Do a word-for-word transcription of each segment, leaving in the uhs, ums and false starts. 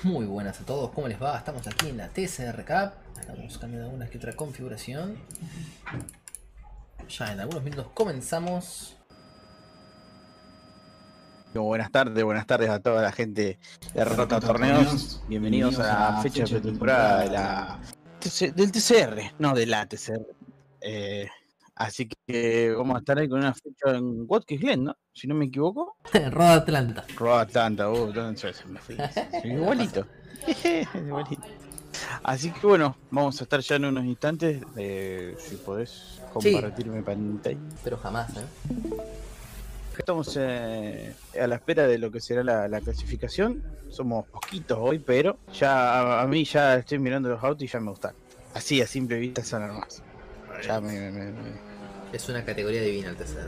Muy buenas a todos, ¿cómo les va? Estamos aquí en la T C R Cup. Estamos cambiando alguna que otra configuración. Ya en algunos minutos comenzamos. Buenas tardes, buenas tardes a toda la gente de Rota Torneos. Bienvenidos a la fecha de temporada de la del T C R, no de la T C R. Eh, así que vamos a estar ahí con una fecha en Watkins Glen, ¿no? Si no me equivoco. Roda Atlanta. Roda Atlanta, uh, entonces me fui. Igualito. Igualito. Así que bueno, vamos a estar ya en unos instantes. Eh, si podés compartirme sí. Pantalla. Pero jamás, ¿eh? Estamos eh, a la espera de lo que será la, la clasificación. Somos poquitos hoy, pero ya a, a mí ya estoy mirando los autos y ya me gustan. Así a simple vista son hermosos. Ya me, me, me, me... Es una categoría divina el T C R.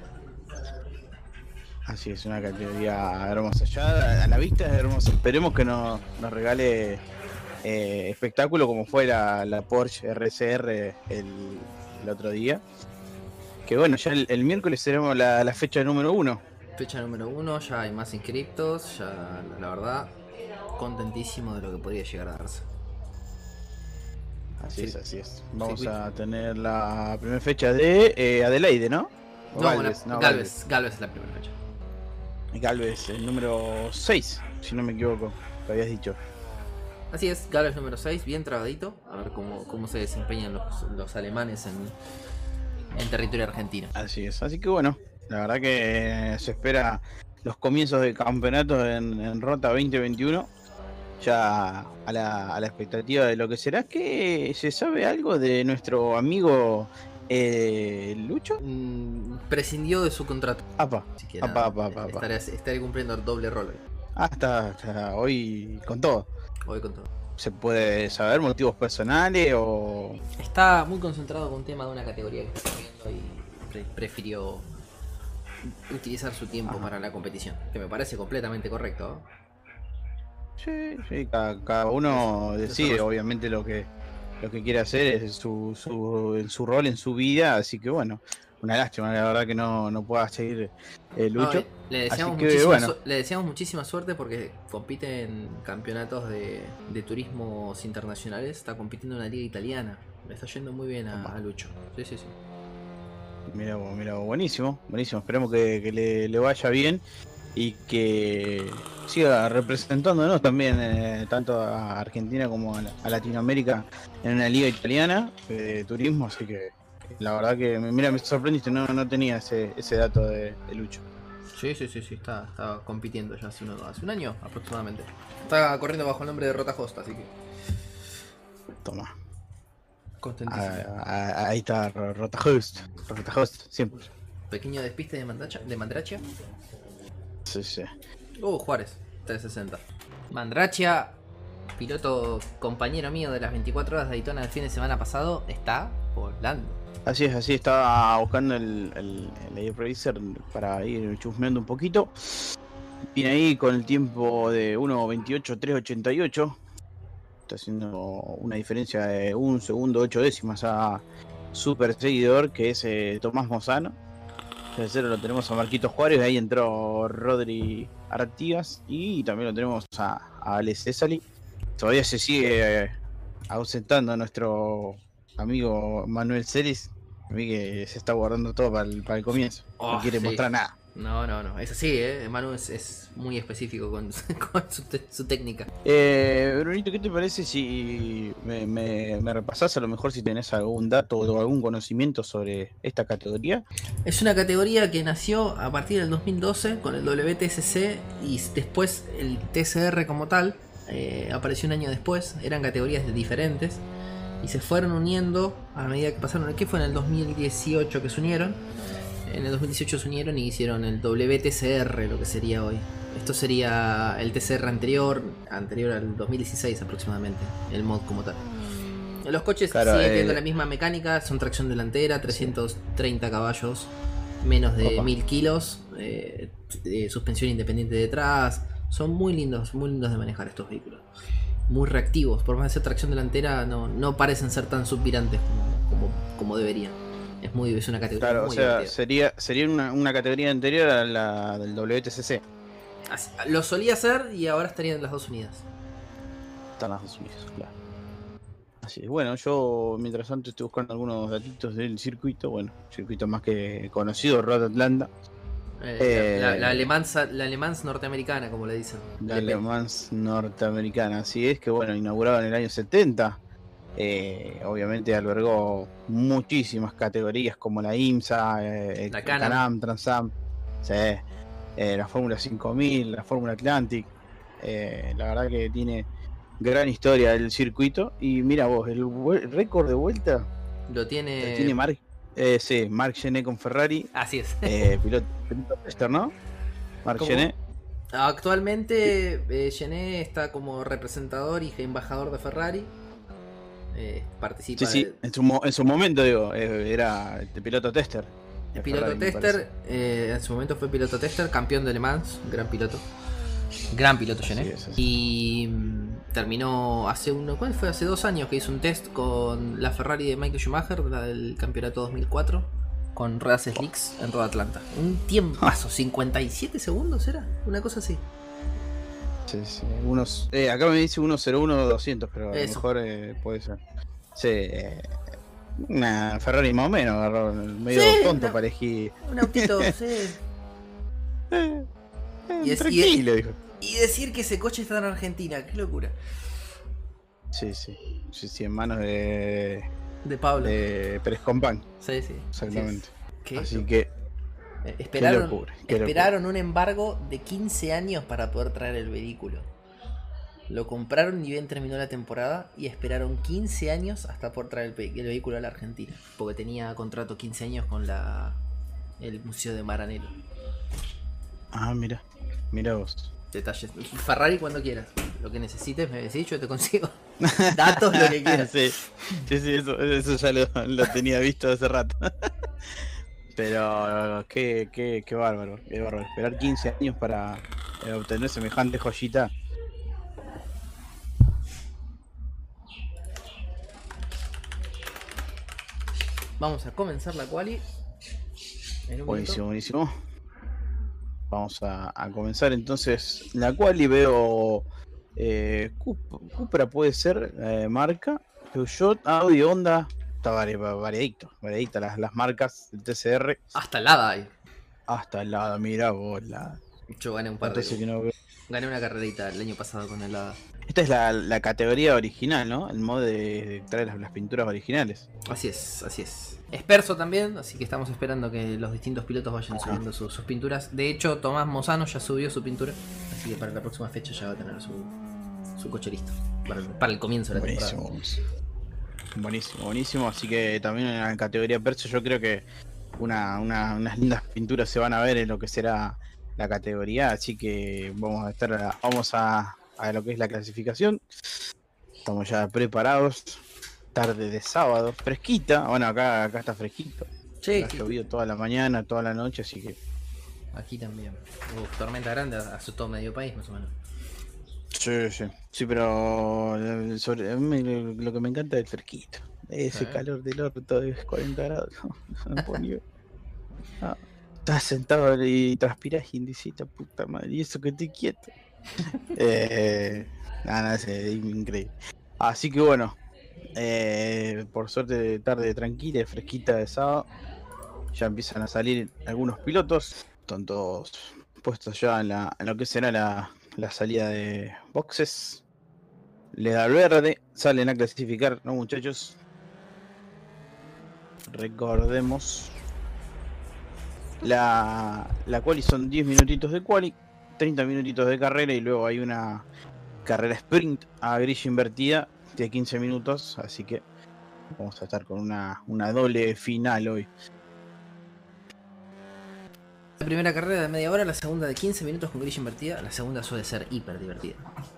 Así es, una categoría hermosa. Ya a la vista es hermosa. Esperemos que no, nos regale eh, espectáculo como fue la, la Porsche R C R el, el otro día. Que bueno, ya el, el miércoles seremos la, la fecha número uno. Fecha número uno, ya hay más inscriptos, ya la verdad, contentísimo de lo que podría llegar a darse. Así sí. es, así es. Vamos sí, a tener la primera fecha de eh, Adelaide, ¿no? No, Galvez, la, no Galvez, Galvez es la primera fecha. Galvez, el número seis, si no me equivoco, lo habías dicho. Así es, Galvez número seis, bien trabadito. A ver cómo, cómo se desempeñan los, los alemanes en... en territorio argentino. Así es, así que bueno, la verdad que se espera los comienzos del campeonato en, en Rota veinte veintiuno, ya a la, a la expectativa de lo que será. Que se sabe algo de nuestro amigo eh, Lucho. Mm, prescindió de su contrato. Apa, Así apa, apa, apa, apa. Estaré, estaré cumpliendo el doble rol hoy. Ah, está, está hoy con todo. Hoy con todo. ¿Se puede saber motivos personales o...? Está muy concentrado con un tema de una categoría que está viendo y pre prefirió utilizar su tiempo Ajá. para la competición, que me parece completamente correcto, ¿no? Sí, sí, cada, cada uno es, decide es obviamente lo que lo que quiere hacer es su, su, su rol en su vida, así que bueno, una lástima la verdad que no, no pueda seguir el Lucho. No, le, deseamos que, bueno. le deseamos muchísima suerte porque compite en campeonatos de, de turismos internacionales, está compitiendo en la liga italiana, le está yendo muy bien a, a Lucho. Sí, sí, sí. Mira, mira, buenísimo, buenísimo, esperemos que, que le, le vaya bien y que siga representándonos también, eh, tanto a Argentina como a, la, a Latinoamérica en una liga italiana de turismo, así que la verdad que mira, me sorprendiste, no, no tenía ese, ese dato de, de Lucho. Sí, sí, sí, sí, está, está compitiendo ya hace, uno, hace un año aproximadamente. Está corriendo bajo el nombre de Rota Host, así que... Toma. Contentísimo. Ah, ahí está Rota Host, Rota Host, siempre. Pequeño despiste de Mandracha. De Mandrachia. Sí, sí. Uh, Juárez, trescientos sesenta. Mandrachia, piloto compañero mío de las veinticuatro horas de Daytona del fin de semana pasado, está volando. Así es, así estaba buscando el, el, el Air Racer para ir chusmeando un poquito. Viene ahí con el tiempo de uno veintiocho tres ochenta y ocho. Está haciendo una diferencia de un segundo ocho décimas a super seguidor, que es eh, Tomás Mozano. Tercero lo tenemos a Marquitos Juárez, ahí entró Rodri Artigas y también lo tenemos a, a Ale Césali. Todavía se sigue eh, ausentando a nuestro amigo Manuel Celis. A mí que se está guardando todo para el, para el comienzo. Oh, no quiere sí. mostrar nada. No, no, no. Es así, ¿eh? Manu es, es muy específico con, con su, te, su técnica. Eh, Brunito, ¿qué te parece si me, me, me repasás a lo mejor si tenés algún dato o algún conocimiento sobre esta categoría? Es una categoría que nació a partir del dos mil doce con el W T C C y después el T C R como tal. Eh, apareció un año después. Eran categorías diferentes y se fueron uniendo a medida que pasaron. ¿Qué fue en el dos mil dieciocho que se unieron? En el dos mil dieciocho se unieron y hicieron el W T C R, lo que sería hoy. Esto sería el T C R anterior, anterior al dos mil dieciséis aproximadamente, el mod como tal. Los coches claro, siguen teniendo eh... la misma mecánica, son tracción delantera, trescientos treinta caballos, menos de Opa. mil kilos, eh, eh, suspensión independiente detrás. Son muy lindos, muy lindos de manejar estos vehículos. Muy reactivos, por más de ser tracción delantera, no, no parecen ser tan subvirantes como, como, como deberían. Es muy es una categoría claro, muy o sea, divertida. sería sería una, una categoría anterior a la del W T C C. Así, lo solía hacer y ahora estarían las dos unidas. Está en los Estados Unidos, claro. Así es. Bueno, yo mientras tanto estoy buscando algunos datitos del circuito. Bueno, circuito más que conocido, Road Atlanta. Eh, Eh, la, la, la Alemans, la Alemans norteamericana, como le dicen. La L P. Alemans norteamericana, así es, que bueno, inaugurado en el año setenta. Eh, obviamente albergó muchísimas categorías como la IMSA, eh, La el Can-Am. Can-Am, Trans-Am, sí, eh, la Fórmula cinco mil, la Fórmula Atlantic. Eh, la verdad que tiene gran historia el circuito. Y mira vos, el vue- récord de vuelta Lo lo tiene. tiene Mark, eh, sí, Marc Gené con Ferrari, Así es. eh, piloto, piloto tester, ¿no? Marc ¿Cómo? Gené. Actualmente eh, Gené está como representador y embajador de Ferrari. Eh, participa Sí, sí, de- en su, mo- en su momento, digo, eh, era el piloto tester. de piloto Ferrari, me tester. eh, en su momento fue piloto tester, campeón de Le Mans, gran piloto. Gran piloto Así Gené. es, así. Y mm, terminó hace uno. ¿Cuál fue? Hace dos años que hizo un test con la Ferrari de Michael Schumacher, la del campeonato dos mil cuatro. Con ruedas slicks en Road Atlanta. Un tiempazo, cincuenta y siete segundos era, una cosa así. Sí, sí. Unos, eh, acá me dice uno cero uno doscientos, pero a lo Eso. mejor eh, puede ser. Sí, eh, una Ferrari más o menos, agarró medio Sí, tonto no. para elegir. Un autito, sí. Eh, eh, Y es- tranquilo, dijo. Y decir que ese coche está en Argentina, qué locura. Sí, sí. Sí, sí, en manos de, De Pablo. de Pérez Compán, Sí, sí. exactamente. Qué Así lo- que, eh, esperaron, locura, qué esperaron un embargo de quince años para poder traer el vehículo. Lo compraron y bien terminó la temporada y esperaron quince años hasta poder traer el, ve- el vehículo a la Argentina. Porque tenía contrato quince años con la el Museo de Maranello. ah, mira, mira vos. Detalles. Ferrari cuando quieras. Lo que necesites me decís, yo te consigo. Datos, lo que quieras. Sí, sí, sí, eso, eso ya lo, lo tenía visto hace rato. Pero qué, qué, qué bárbaro, qué bárbaro. Esperar quince años para eh, obtener semejante joyita. Vamos a comenzar la quali. En un Buenísimo, minuto. buenísimo. Vamos a, a comenzar entonces la cual y veo eh, Cup- Cupra puede ser eh, marca, Peugeot, Audi, Honda, está vari- variadito, variadita las, las marcas del T C R Hasta el hada hay. hasta el lado, mira vos, la, Yo gané un par cuánto hace que de. no veo. Gané una carrerita el año pasado con el hada. Esta es la, la categoría original, ¿no? El modo de, de traer las, las pinturas originales. Así es, así es. Esperso también, así que estamos esperando que los distintos pilotos vayan Ajá. subiendo su- sus pinturas. De hecho, Tomás Mozano ya subió su pintura, así que para la próxima fecha ya va a tener su, su coche listo. Para el, para el comienzo de la Buenísimo, temporada. buenísimo, buenísimo. Así que también en la categoría persa yo creo que una, una- unas lindas pinturas se van a ver en lo que será la categoría. Así que vamos a estar, a- vamos a, a lo que es la clasificación. Estamos ya preparados. Tarde de sábado, fresquita. Bueno, acá, acá está fresquito. Sí, Ha sí, llovido toda la mañana, toda la noche, así que aquí también. Uf, tormenta grande, azotó medio país más o menos. sí, sí. Sí, pero eh, sobre, a mí lo, lo que me encanta es el fresquito. Ese Ah. calor del orto es cuarenta grados. No me puedo ni ver. Ah, estás sentado y transpiras y dices, "Esta puta madre, y eso que estoy quieto". eh, nada, nada, es eh, increíble. Así que bueno, eh, por suerte tarde tranquila, fresquita de sábado. Ya empiezan a salir algunos pilotos. Están todos puestos ya en, la, en lo que será la, la salida de boxes. Le da el verde, salen a clasificar, ¿no, muchachos? Recordemos. La, la quali son diez minutitos de quali, treinta minutitos de carrera y luego hay una carrera sprint a grilla invertida de quince minutos. Así que vamos a estar con una, una doble final hoy. La primera carrera de media hora, la segunda de quince minutos con grilla invertida. La segunda suele ser hiper divertida.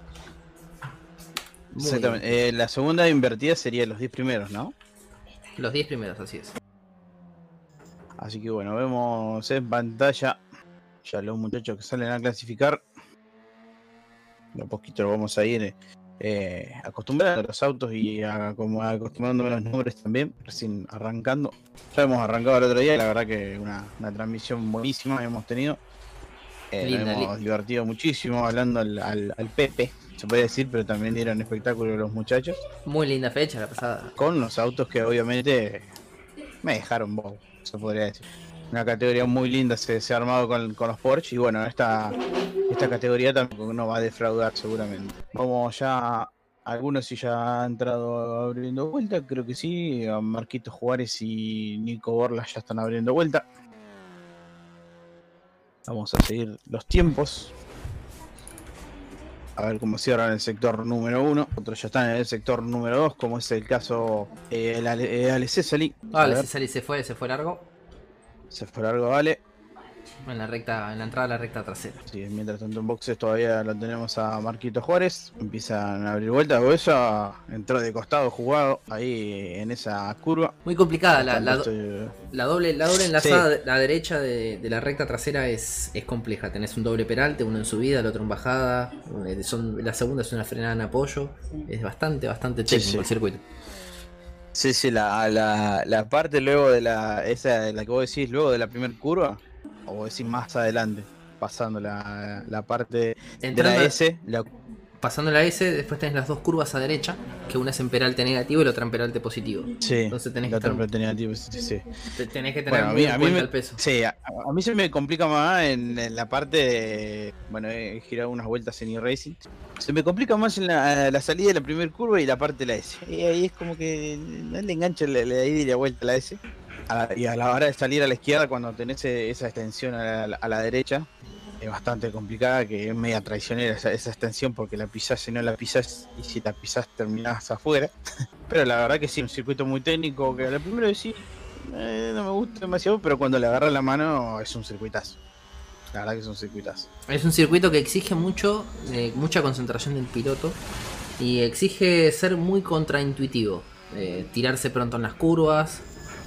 Muy Exactamente. Eh, la segunda invertida sería los diez primeros, ¿no? Los diez primeros, así es. Así que bueno, vemos en pantalla ya los muchachos que salen a clasificar. De a poquito lo vamos a ir eh, acostumbrando a los autos y a, como acostumbrando a los nombres también, recién arrancando. Ya hemos arrancado el otro día y la verdad que una, una transmisión buenísima hemos tenido. Eh, Linda, nos hemos li- divertido muchísimo hablando al, al, al Pepe, se puede decir, pero también dieron espectáculo los muchachos. Muy linda fecha la pasada. Con los autos que obviamente me dejaron bobo, se podría decir. Una categoría muy linda se, se ha armado con, con los Porsche y bueno, esta, esta categoría tampoco no va a defraudar seguramente. Vamos ya, algunos si ya han entrado abriendo vuelta, creo que sí. A Marquitos Juárez y Nico Borla ya están abriendo vuelta. Vamos a seguir los tiempos. A ver cómo cierran el sector número uno. Otros ya están en el sector número dos, como es el caso eh, el Ale- Ale Cesali. A Vale, ver, se, sale, se fue, se fue largo. se fue largo, vale. En la recta, en la entrada a la recta trasera. Sí, mientras tanto en boxes todavía lo tenemos a Marquito Juárez. Empiezan a abrir vueltas. Boesa entró de costado jugado ahí en esa curva. Muy complicada, la, Tanto la, estoy- la doble, la doble enlazada, Sí. la derecha de, de la recta trasera es, es compleja. Tenés un doble peralte, uno en subida, el otro en bajada. eh, Son, la segunda es una frenada en apoyo. Es bastante, bastante Sí, técnico sí. el circuito. Sí, sí, la, la, la parte luego de la. Esa de la que vos decís, luego de la primera curva. O vos decís más adelante. Pasando la, la parte de Entrando, la S. La, pasando la S, después tenés las dos curvas a derecha, que una es en peralte negativo y la otra en peralte positivo. sí, Entonces tenés que, la otra estar, tenía tipo, sí, sí. te- tenés que tener Bueno, a muy mí, en a mí cuenta me, el peso. sí, a, a mí se me complica más en, en la parte de, bueno, he girado unas vueltas en e-racing. Se me complica más en la, la salida de la primera curva y la parte de la S. Y ahí es como que no le engancha la, la ida y la vuelta a la S. A- y a la hora de salir a la izquierda, cuando tenés e- esa extensión a la, a la derecha, es bastante complicada, que es media traicionera esa, esa extensión, porque la pisás y no la pisás, y si la pisás terminás afuera. Pero la verdad que sí, un circuito muy técnico, que al primero sí, eh, no me gusta demasiado, pero cuando le agarra la mano es un circuitazo. La verdad que es un circuitazo. Es un circuito que exige mucho, eh, mucha concentración del piloto y exige ser muy contraintuitivo. Eh, tirarse pronto en las curvas,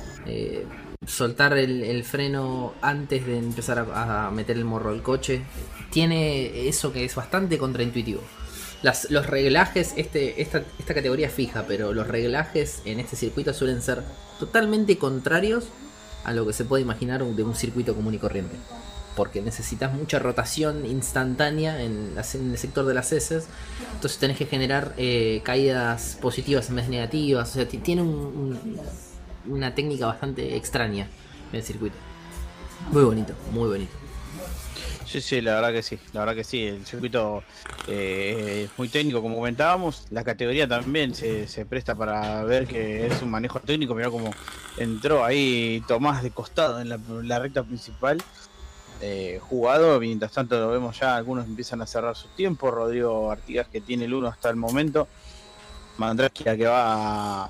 eh, soltar el, el freno antes de empezar a, a meter el morro del coche. Tiene eso que es bastante contraintuitivo. Las, los reglajes, este, esta, esta categoría es fija, pero los reglajes en este circuito suelen ser totalmente contrarios a lo que se puede imaginar de un circuito común y corriente. Porque necesitas mucha rotación instantánea en, en el sector de las heces. Entonces tenés que generar eh, caídas positivas en vez de negativas. O sea, tiene un, un, una técnica bastante extraña el circuito. Muy bonito, muy bonito. Sí, sí, la verdad que sí, la verdad que sí, el circuito eh, es muy técnico como comentábamos, la categoría también se, se presta para ver que es un manejo técnico, mirá como entró ahí Tomás de costado en la, la recta principal, eh, jugado, mientras tanto lo vemos ya, algunos empiezan a cerrar sus tiempos, Rodrigo Artigas que tiene el uno hasta el momento, Mandraskia que va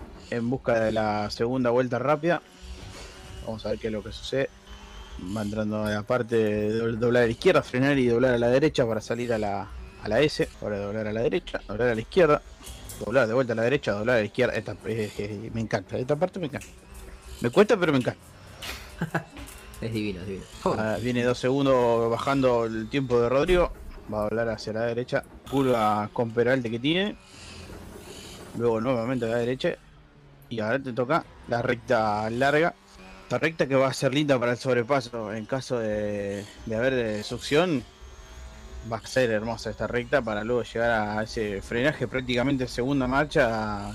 en busca de la segunda vuelta rápida, vamos a ver qué es lo que sucede. Va entrando a la parte de doblar a la izquierda, frenar y doblar a la derecha para salir a la, a la S. Ahora doblar a la derecha, doblar a la izquierda, doblar de vuelta a la derecha, doblar a la izquierda. Esta, eh, eh, me encanta, esta parte me encanta. Me cuesta, pero me encanta. Es divino, es divino. Ah, viene dos segundos bajando el tiempo de Rodrigo. Va a doblar hacia la derecha. Curva con peralte que tiene. Luego nuevamente a la derecha. Y ahora te toca la recta larga. Esta recta que va a ser linda para el sobrepaso en caso de, de haber eh, succión. Va a ser hermosa esta recta para luego llegar a ese frenaje prácticamente segunda marcha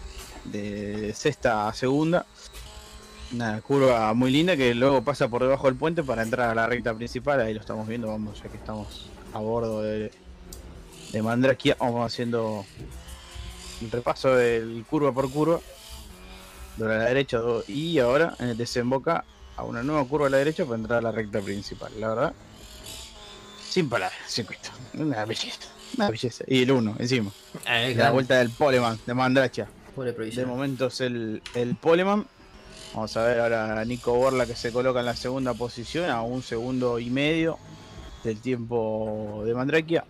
de sexta a segunda. Una curva muy linda que luego pasa por debajo del puente para entrar a la recta principal. Ahí lo estamos viendo, vamos, ya que estamos a bordo de, de Mandraskia, vamos haciendo el repaso del curva por curva. Dobla a la derecha y ahora eh, desemboca a una nueva curva a la derecha para entrar a la recta principal. La verdad, sin palabras, circuito. Una belleza, una belleza. Y el uno encima. Eh, La claro. vuelta del Poleman, de Mandraskia. Pobre De provisional. momento es el, el Poleman. Vamos a ver ahora a Nico Borla que se coloca en la segunda posición a un segundo y medio del tiempo de Mandraskia.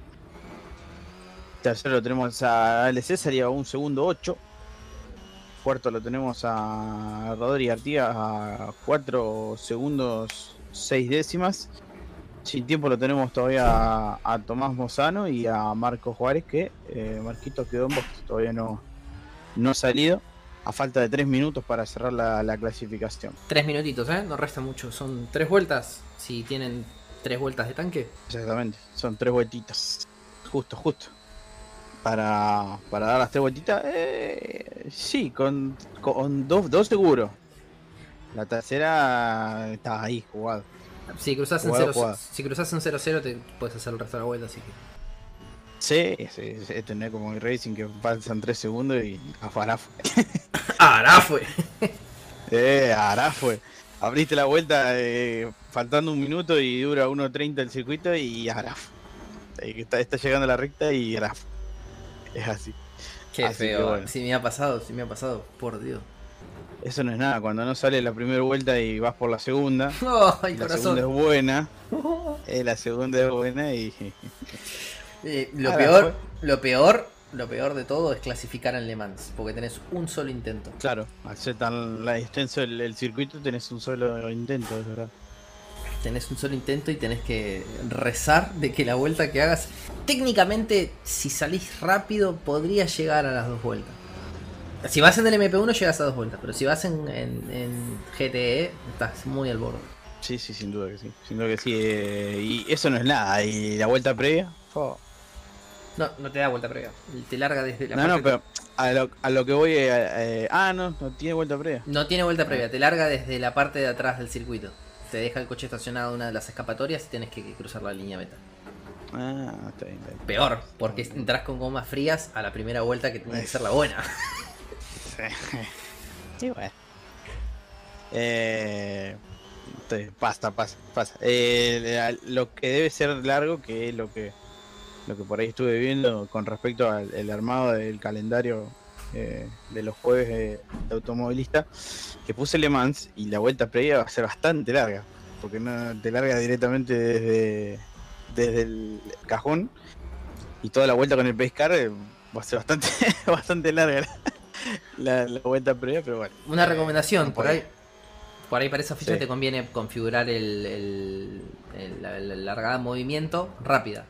Tercero lo tenemos a L C, sería un segundo ocho. Cuarto lo tenemos a Rodri Artigas a cuatro segundos seis décimas. Sin tiempo lo tenemos todavía a, a Tomás Mozano y a Marco Juárez, que eh, Marquito quedó en box, todavía no, no ha salido. A falta de tres minutos para cerrar la, la clasificación. Tres minutitos, ¿eh? No resta mucho. Son tres vueltas. Si tienen ¿Tres vueltas de tanque? Exactamente, son tres vueltitas. Justo, justo. Para, para dar las tres vueltitas, eh, sí, con, con dos, dos seguro. La tercera está ahí, jugado. Si cruzas en Jugado, cero jugado. si cruzas en cero cero te puedes hacer el resto de la vuelta, así que. Sí, sí, sí, tener como el Racing que pasan tres segundos y afará fue. ¡Ahora fue! eh, ahora fue. Abriste la vuelta eh, faltando un minuto y dura uno treinta el circuito y ahora fue. Eh, Está, está llegando a la recta y ahora fue. Es así. Qué Así que feo. bueno. Si me ha pasado, si me ha pasado, por Dios. Eso no es nada, cuando no sale la primera vuelta y vas por la segunda, ¡Oh, ay, la corazón! segunda es buena, eh, la segunda es buena y... Eh, lo Ahora peor, lo peor, lo peor de todo es clasificar en Le Mans, porque tenés un solo intento. Claro, al ser tan la extenso el, el circuito tenés un solo intento, es verdad. Tenés un solo intento y tenés que rezar de que la vuelta que hagas, técnicamente, si salís rápido, podrías llegar a las dos vueltas. Si vas en el M P uno llegas a dos vueltas, pero si vas en, en, en G T E estás muy al borde. Sí, sí, sin duda que sí, sin duda que sí. Eh, y eso no es nada, y la vuelta previa... Oh. No, no te da vuelta previa. Te larga desde la No, parte no, pero a lo, a lo que voy... Eh, eh, ah, no, no tiene vuelta previa. No tiene vuelta previa, te larga desde la parte de atrás del circuito. Te deja el coche estacionado en una de las escapatorias y tienes que cruzar la línea meta. Ah, está bien, está bien. Peor, porque entras con gomas frías a la primera vuelta que tiene que ser la buena. Sí. Y bueno. Eh, entonces, pasa, pasa, pasa. Eh, lo que debe ser largo, que es lo que lo que por ahí estuve viendo con respecto al el armado del calendario eh, de los jueves eh, de automovilista, que puse Le Mans y la vuelta previa va a ser bastante larga, porque no te larga directamente desde, desde el cajón y toda la vuelta con el Pace Car eh, va a ser bastante, bastante larga. La, la vuelta previa, pero bueno. Una recomendación, no por ahí por ahí para esa ficha Sí. te conviene configurar el, el, el- la, la largada en movimiento rápida.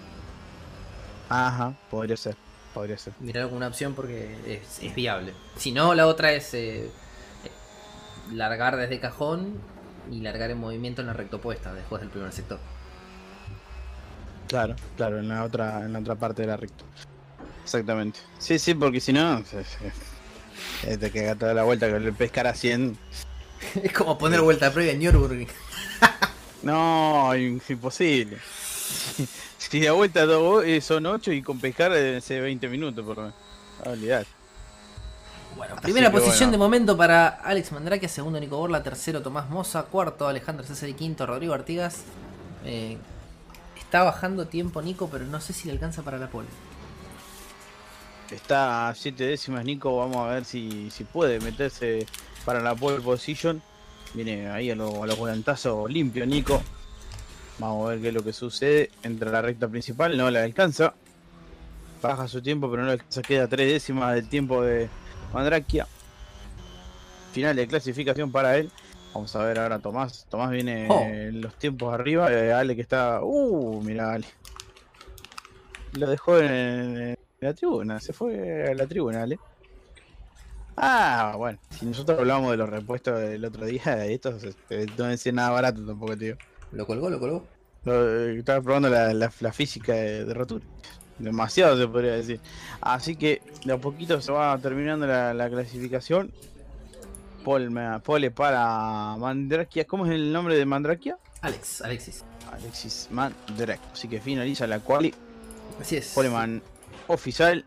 Ajá, podría ser, podría ser. Mirar alguna opción porque es, es viable. Si no, la otra es eh, eh, largar desde cajón y largar en movimiento en la recta opuesta después del primer sector. Claro, claro, en la otra, en la otra parte de la recta. Exactamente. Sí, sí, porque si no, eh, te queda toda la vuelta con el pescar a cien. Es como poner vuelta previa en Nürburgring. No, imposible. Si la vuelta do- eh, son ocho y con pescar hace veinte minutos por lo menos. No, olvidate. Bueno, Así primera que posición bueno. de momento para Alex Mandrake, segundo Nico Borla, tercero Tomás Moza, cuarto Alejandro César y quinto Rodrigo Artigas. Eh, está bajando tiempo Nico, pero no sé si le alcanza para la pole. Está a siete décimas Nico, vamos a ver si, si puede meterse para la pole position. Viene ahí a, lo, a los volantazos limpio Nico. Vamos a ver qué es lo que sucede. Entra a la recta principal, no la alcanza. Baja su tiempo, pero no le alcanza. Queda tres décimas del tiempo de Mandrakia. Final de clasificación para él. Vamos a ver ahora Tomás. Tomás viene Oh. en los tiempos arriba. Eh, Ale que está... Uh, mirá Ale. Lo dejó en, en la tribuna. Se fue a la tribuna Ale. Ah, bueno. Si nosotros hablábamos de los repuestos del otro día, estos este, no decía nada barato tampoco, tío. ¿Lo colgó? ¿Lo colgó? Lo- Estaba probando la, la, la física de, de rotura. Demasiado se podría decir. Así que de a poquito se va terminando la, la clasificación. Pole, pole para Mandrakia. ¿Cómo es el nombre de Mandrakia? Alex, Alexis. Alexis Mandrakia. Así que finaliza la quali. Así es. Poleman oficial.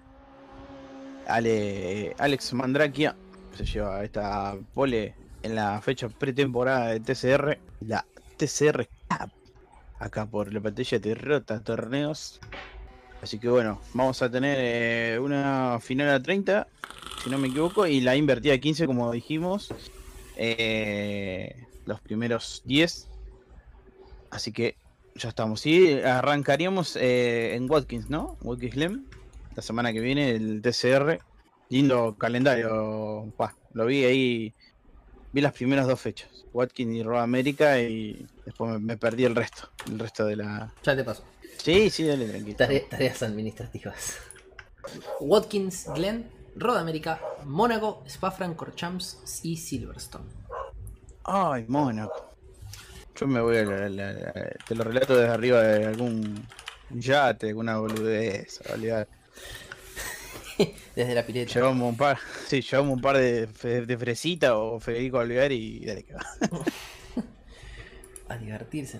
Ale, Alex Mandrakia se lleva esta pole en la fecha pretemporada de T C R. La T C R Cup. Acá por la pantalla de Rota Torneos. Así que bueno, vamos a tener eh, una final a treinta, si no me equivoco, y la invertida a quince, como dijimos. Eh, los primeros diez. Así que ya estamos. Y arrancaríamos eh, en Watkins, ¿no? Watkins Glen. La semana que viene, el T C R. Lindo calendario. Pah, lo vi ahí. Vi las primeras dos fechas. Watkins y Road America. Y después me, me perdí el resto. El resto de la... Ya te paso. Sí, sí, dale, tranquilo. Tare- tareas administrativas. Watkins Glen, Road America, Mónaco, Spa-Francorchamps y Silverstone. Ay, Mónaco. Yo me voy a la, la- la- te lo relato desde arriba de algún yate, alguna boludez, olvidar. Desde la pileta. Llevamos un par, sí, llevamos un par de, fe- de Fresita o Federico Alvear y dale que va. A divertirse.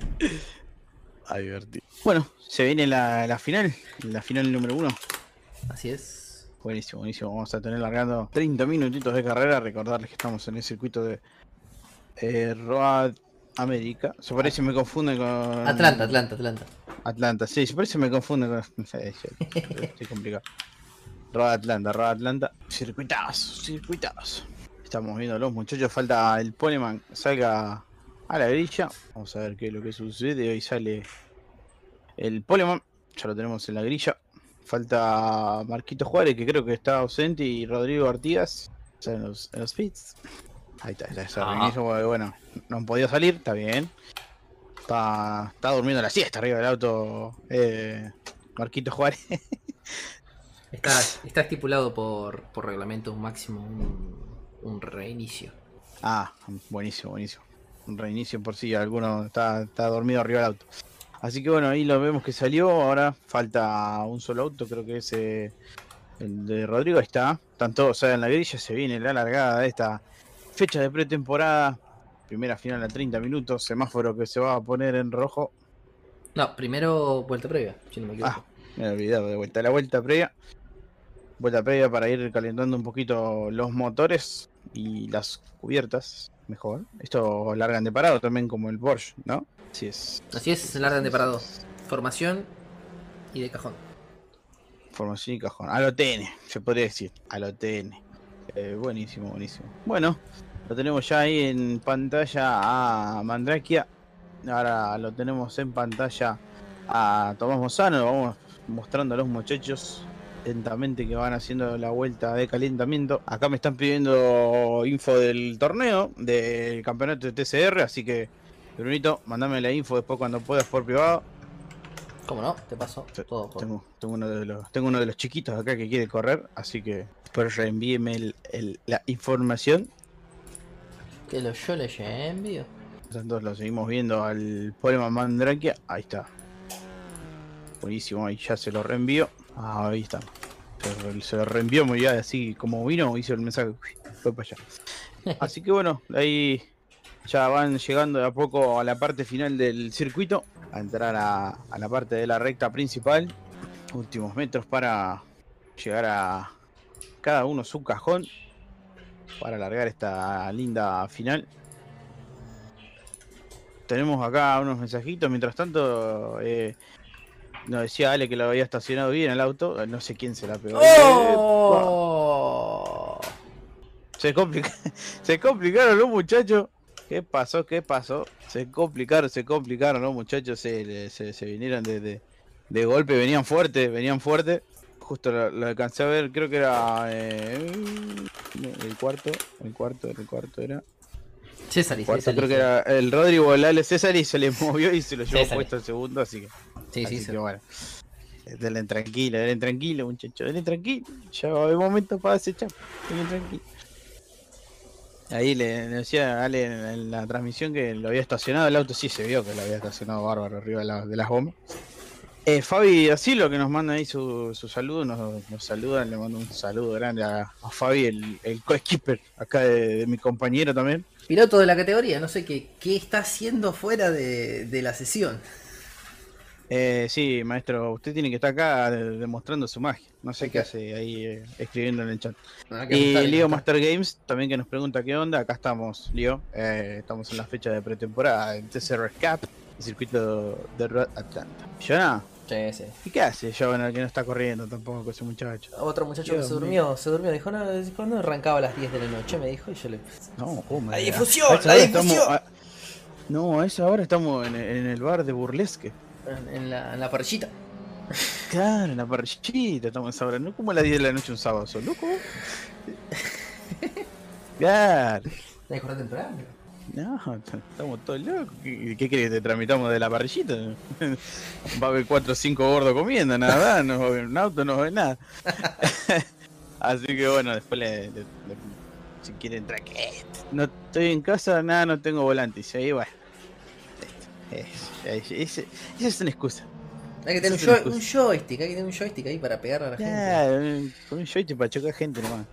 A divertir. Bueno, se viene la, la final, la final número uno. Así es. Buenísimo, buenísimo. Vamos a tener largando treinta minutitos de carrera. Recordarles que estamos en el circuito de eh, Road América. Se parece me confunde con. Atlanta, Atlanta, Atlanta. Atlanta, sí, se parece me confunde con. No sé, sí, estoy complicado. Road Atlanta, Road Atlanta. Circuitazo, circuitazo. Estamos viendo a los muchachos. Falta el Poleman salga a la grilla. Vamos a ver qué es lo que sucede. Hoy sale el Poleman. Ya lo tenemos en la grilla. Falta Marquito Juárez, que creo que está ausente, y Rodrigo Artigas. O sea, en los, en los pits. Ahí está, ya se Ah. reinició, porque, bueno, no han podido salir, está bien. Está, está durmiendo la siesta arriba del auto eh, Marquito Juárez. Está, está estipulado por, por reglamento un máximo un, un reinicio. Ah, buenísimo, buenísimo. Un reinicio por sí, alguno está, está dormido arriba del auto. Así que bueno, ahí lo vemos que salió. Ahora falta un solo auto, creo que es eh, el de Rodrigo. Ahí está. Están todos en la grilla. Se viene la largada de esta fecha de pretemporada. Primera final a treinta minutos. Semáforo que se va a poner en rojo. No, primero vuelta previa, si no me equivoco. Ah, me he olvidado de vuelta. La vuelta previa. Vuelta previa para ir calentando un poquito los motores y las cubiertas. Mejor. Esto largan de parado también como el Porsche, ¿no? Así es. Así es, se largan de parado. Formación y de cajón. Formación y cajón. A lo T N, se podría decir. A lo T N. Eh, buenísimo, buenísimo. Bueno, lo tenemos ya ahí en pantalla a Mandrakia. Ahora lo tenemos en pantalla a Tomás Mozano. Lo vamos mostrando a los muchachos lentamente que van haciendo la vuelta de calentamiento. Acá me están pidiendo info del torneo, del campeonato de T C R. Así que, Brunito, mandame la info después cuando puedas por privado. ¿Cómo no? Te paso todo por... Tengo, tengo, uno de los, tengo uno de los chiquitos acá que quiere correr, así que después reenvíeme el, el, la información. Que lo, yo le envío. Entonces lo seguimos viendo al Poleman Mandrakia. Ahí está. Buenísimo, ahí ya se lo reenvío. Ah, ahí está. Se, se lo reenvió muy bien, así como vino, hizo el mensaje. Fue para allá. Así que bueno, ahí ya van llegando de a poco a la parte final del circuito. A entrar a, a la parte de la recta principal. Últimos metros para llegar a cada uno su cajón. Para alargar esta linda final. Tenemos acá unos mensajitos. Mientras tanto, eh, nos decía Ale que lo había estacionado bien el auto. No sé quién se la pegó. ¡Oh! Se, complica se complicaron los muchachos. ¿Qué pasó? ¿Qué pasó? Se complicaron, se complicaron los muchachos. Se, se, se vinieron de, de, de golpe. Venían fuerte, venían fuerte. Justo lo, lo alcancé a ver. Creo que era eh, el cuarto. El cuarto, el cuarto era. César y Cuarto, César. creo que era el Rodrigo o el Ale César y se le movió y se lo llevó César. puesto el segundo. Así que, Sí, así sí, que sí. bueno. Denle tranquilo, denle tranquilo, muchachos. Denle tranquilo. Ya va a haber momento para desechar. Denle tranquilo. Ahí le, le decía a Ale en, en la transmisión que lo había estacionado el auto. Sí, se vio que lo había estacionado bárbaro arriba de, la, de las bombas. Eh, Fabi Asilo, que nos manda ahí su, su saludo, nos, nos saluda. Le mando un saludo grande a, a Fabi, el, el co-skipper acá de, de mi compañero también. Piloto de la categoría, no sé qué, qué está haciendo fuera de, de la sesión. Eh, sí, maestro, usted tiene que estar acá de- demostrando su magia. No sé Hay qué que- hace ahí eh, escribiendo en el chat. Hay que Y ajustar, hay que Leo ajustar. Master Games también, que nos pregunta qué onda. Acá estamos, Leo. Eh, estamos en la fecha de pretemporada en T C R Cup, el circuito de Road Atlanta. ¿Jonah? Sí, sí. ¿Y qué hace Jonah que no está corriendo tampoco con ese muchacho? Otro muchacho Dios que se mío. durmió, se durmió, dijo, no, cuando arrancaba a las diez de la noche, me dijo, y yo le... No, ¿cómo? ¡La A difusión! esa ¡La hora difusión! estamos- a- No, a esa hora estamos en, en el bar de Burlesque. En, en la, en la parrillita. Claro, en la parrillita estamos ahora. No como a las diez de la noche un sábado, ¿sos loco? Claro. ¿Te acordás temprano? No, t- estamos todos locos. ¿Qué, qué querés que te tramitamos de la parrillita? Va a haber cuatro o cinco gordos comiendo, nada, no va a haber un auto, no va a haber nada. Así que bueno, después le, le- le- si quieren traquete. No estoy en casa, nada, no tengo volante. Y ahí bueno, Es, es, es, esa es una excusa. Hay que tener un, joy, un joystick, hay que tener un joystick ahí para pegarle a la yeah, gente. Con un joystick para chocar gente nomás.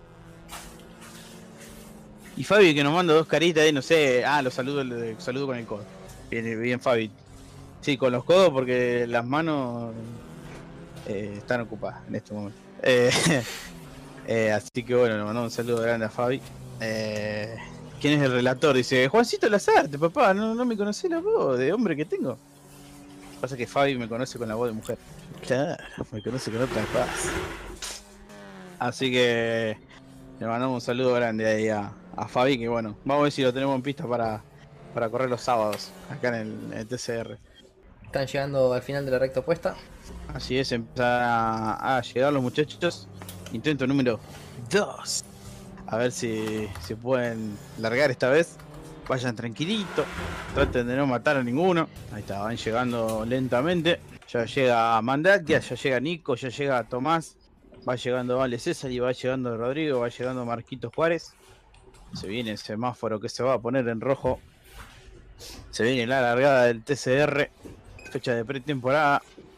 Y Fabi que nos manda dos caritas ahí, no sé. Ah, los saludo, los saludo con el codo. Bien, bien Fabi. Sí, con los codos porque las manos eh, están ocupadas en este momento. Eh, eh, así que bueno, le mandamos un saludo grande a Fabi. Eh, ¿Quién es el relator? Dice, Juancito Lazarte, papá, no, no me conocés la voz de hombre que tengo. Pasa que Fabi me conoce con la voz de mujer. Claro, me conoce con otra voz. Así que le mandamos un saludo grande ahí a, a Fabi, que bueno, vamos a ver si lo tenemos en pista para, para correr los sábados, acá en el, en el T C R. Están llegando al final de la recta opuesta. Así es, empiezan a, a llegar los muchachos. Intento número dos. A ver si, si pueden largar esta vez. Vayan tranquilito, traten de no matar a ninguno. Ahí está, van llegando lentamente. Ya llega Mandatia, ya llega Nico, ya llega Tomás. Va llegando Vale César y va llegando Rodrigo, va llegando Marquitos Juárez. Se viene el semáforo que se va a poner en rojo. Se viene la largada del T C R. Fecha de pretemporada.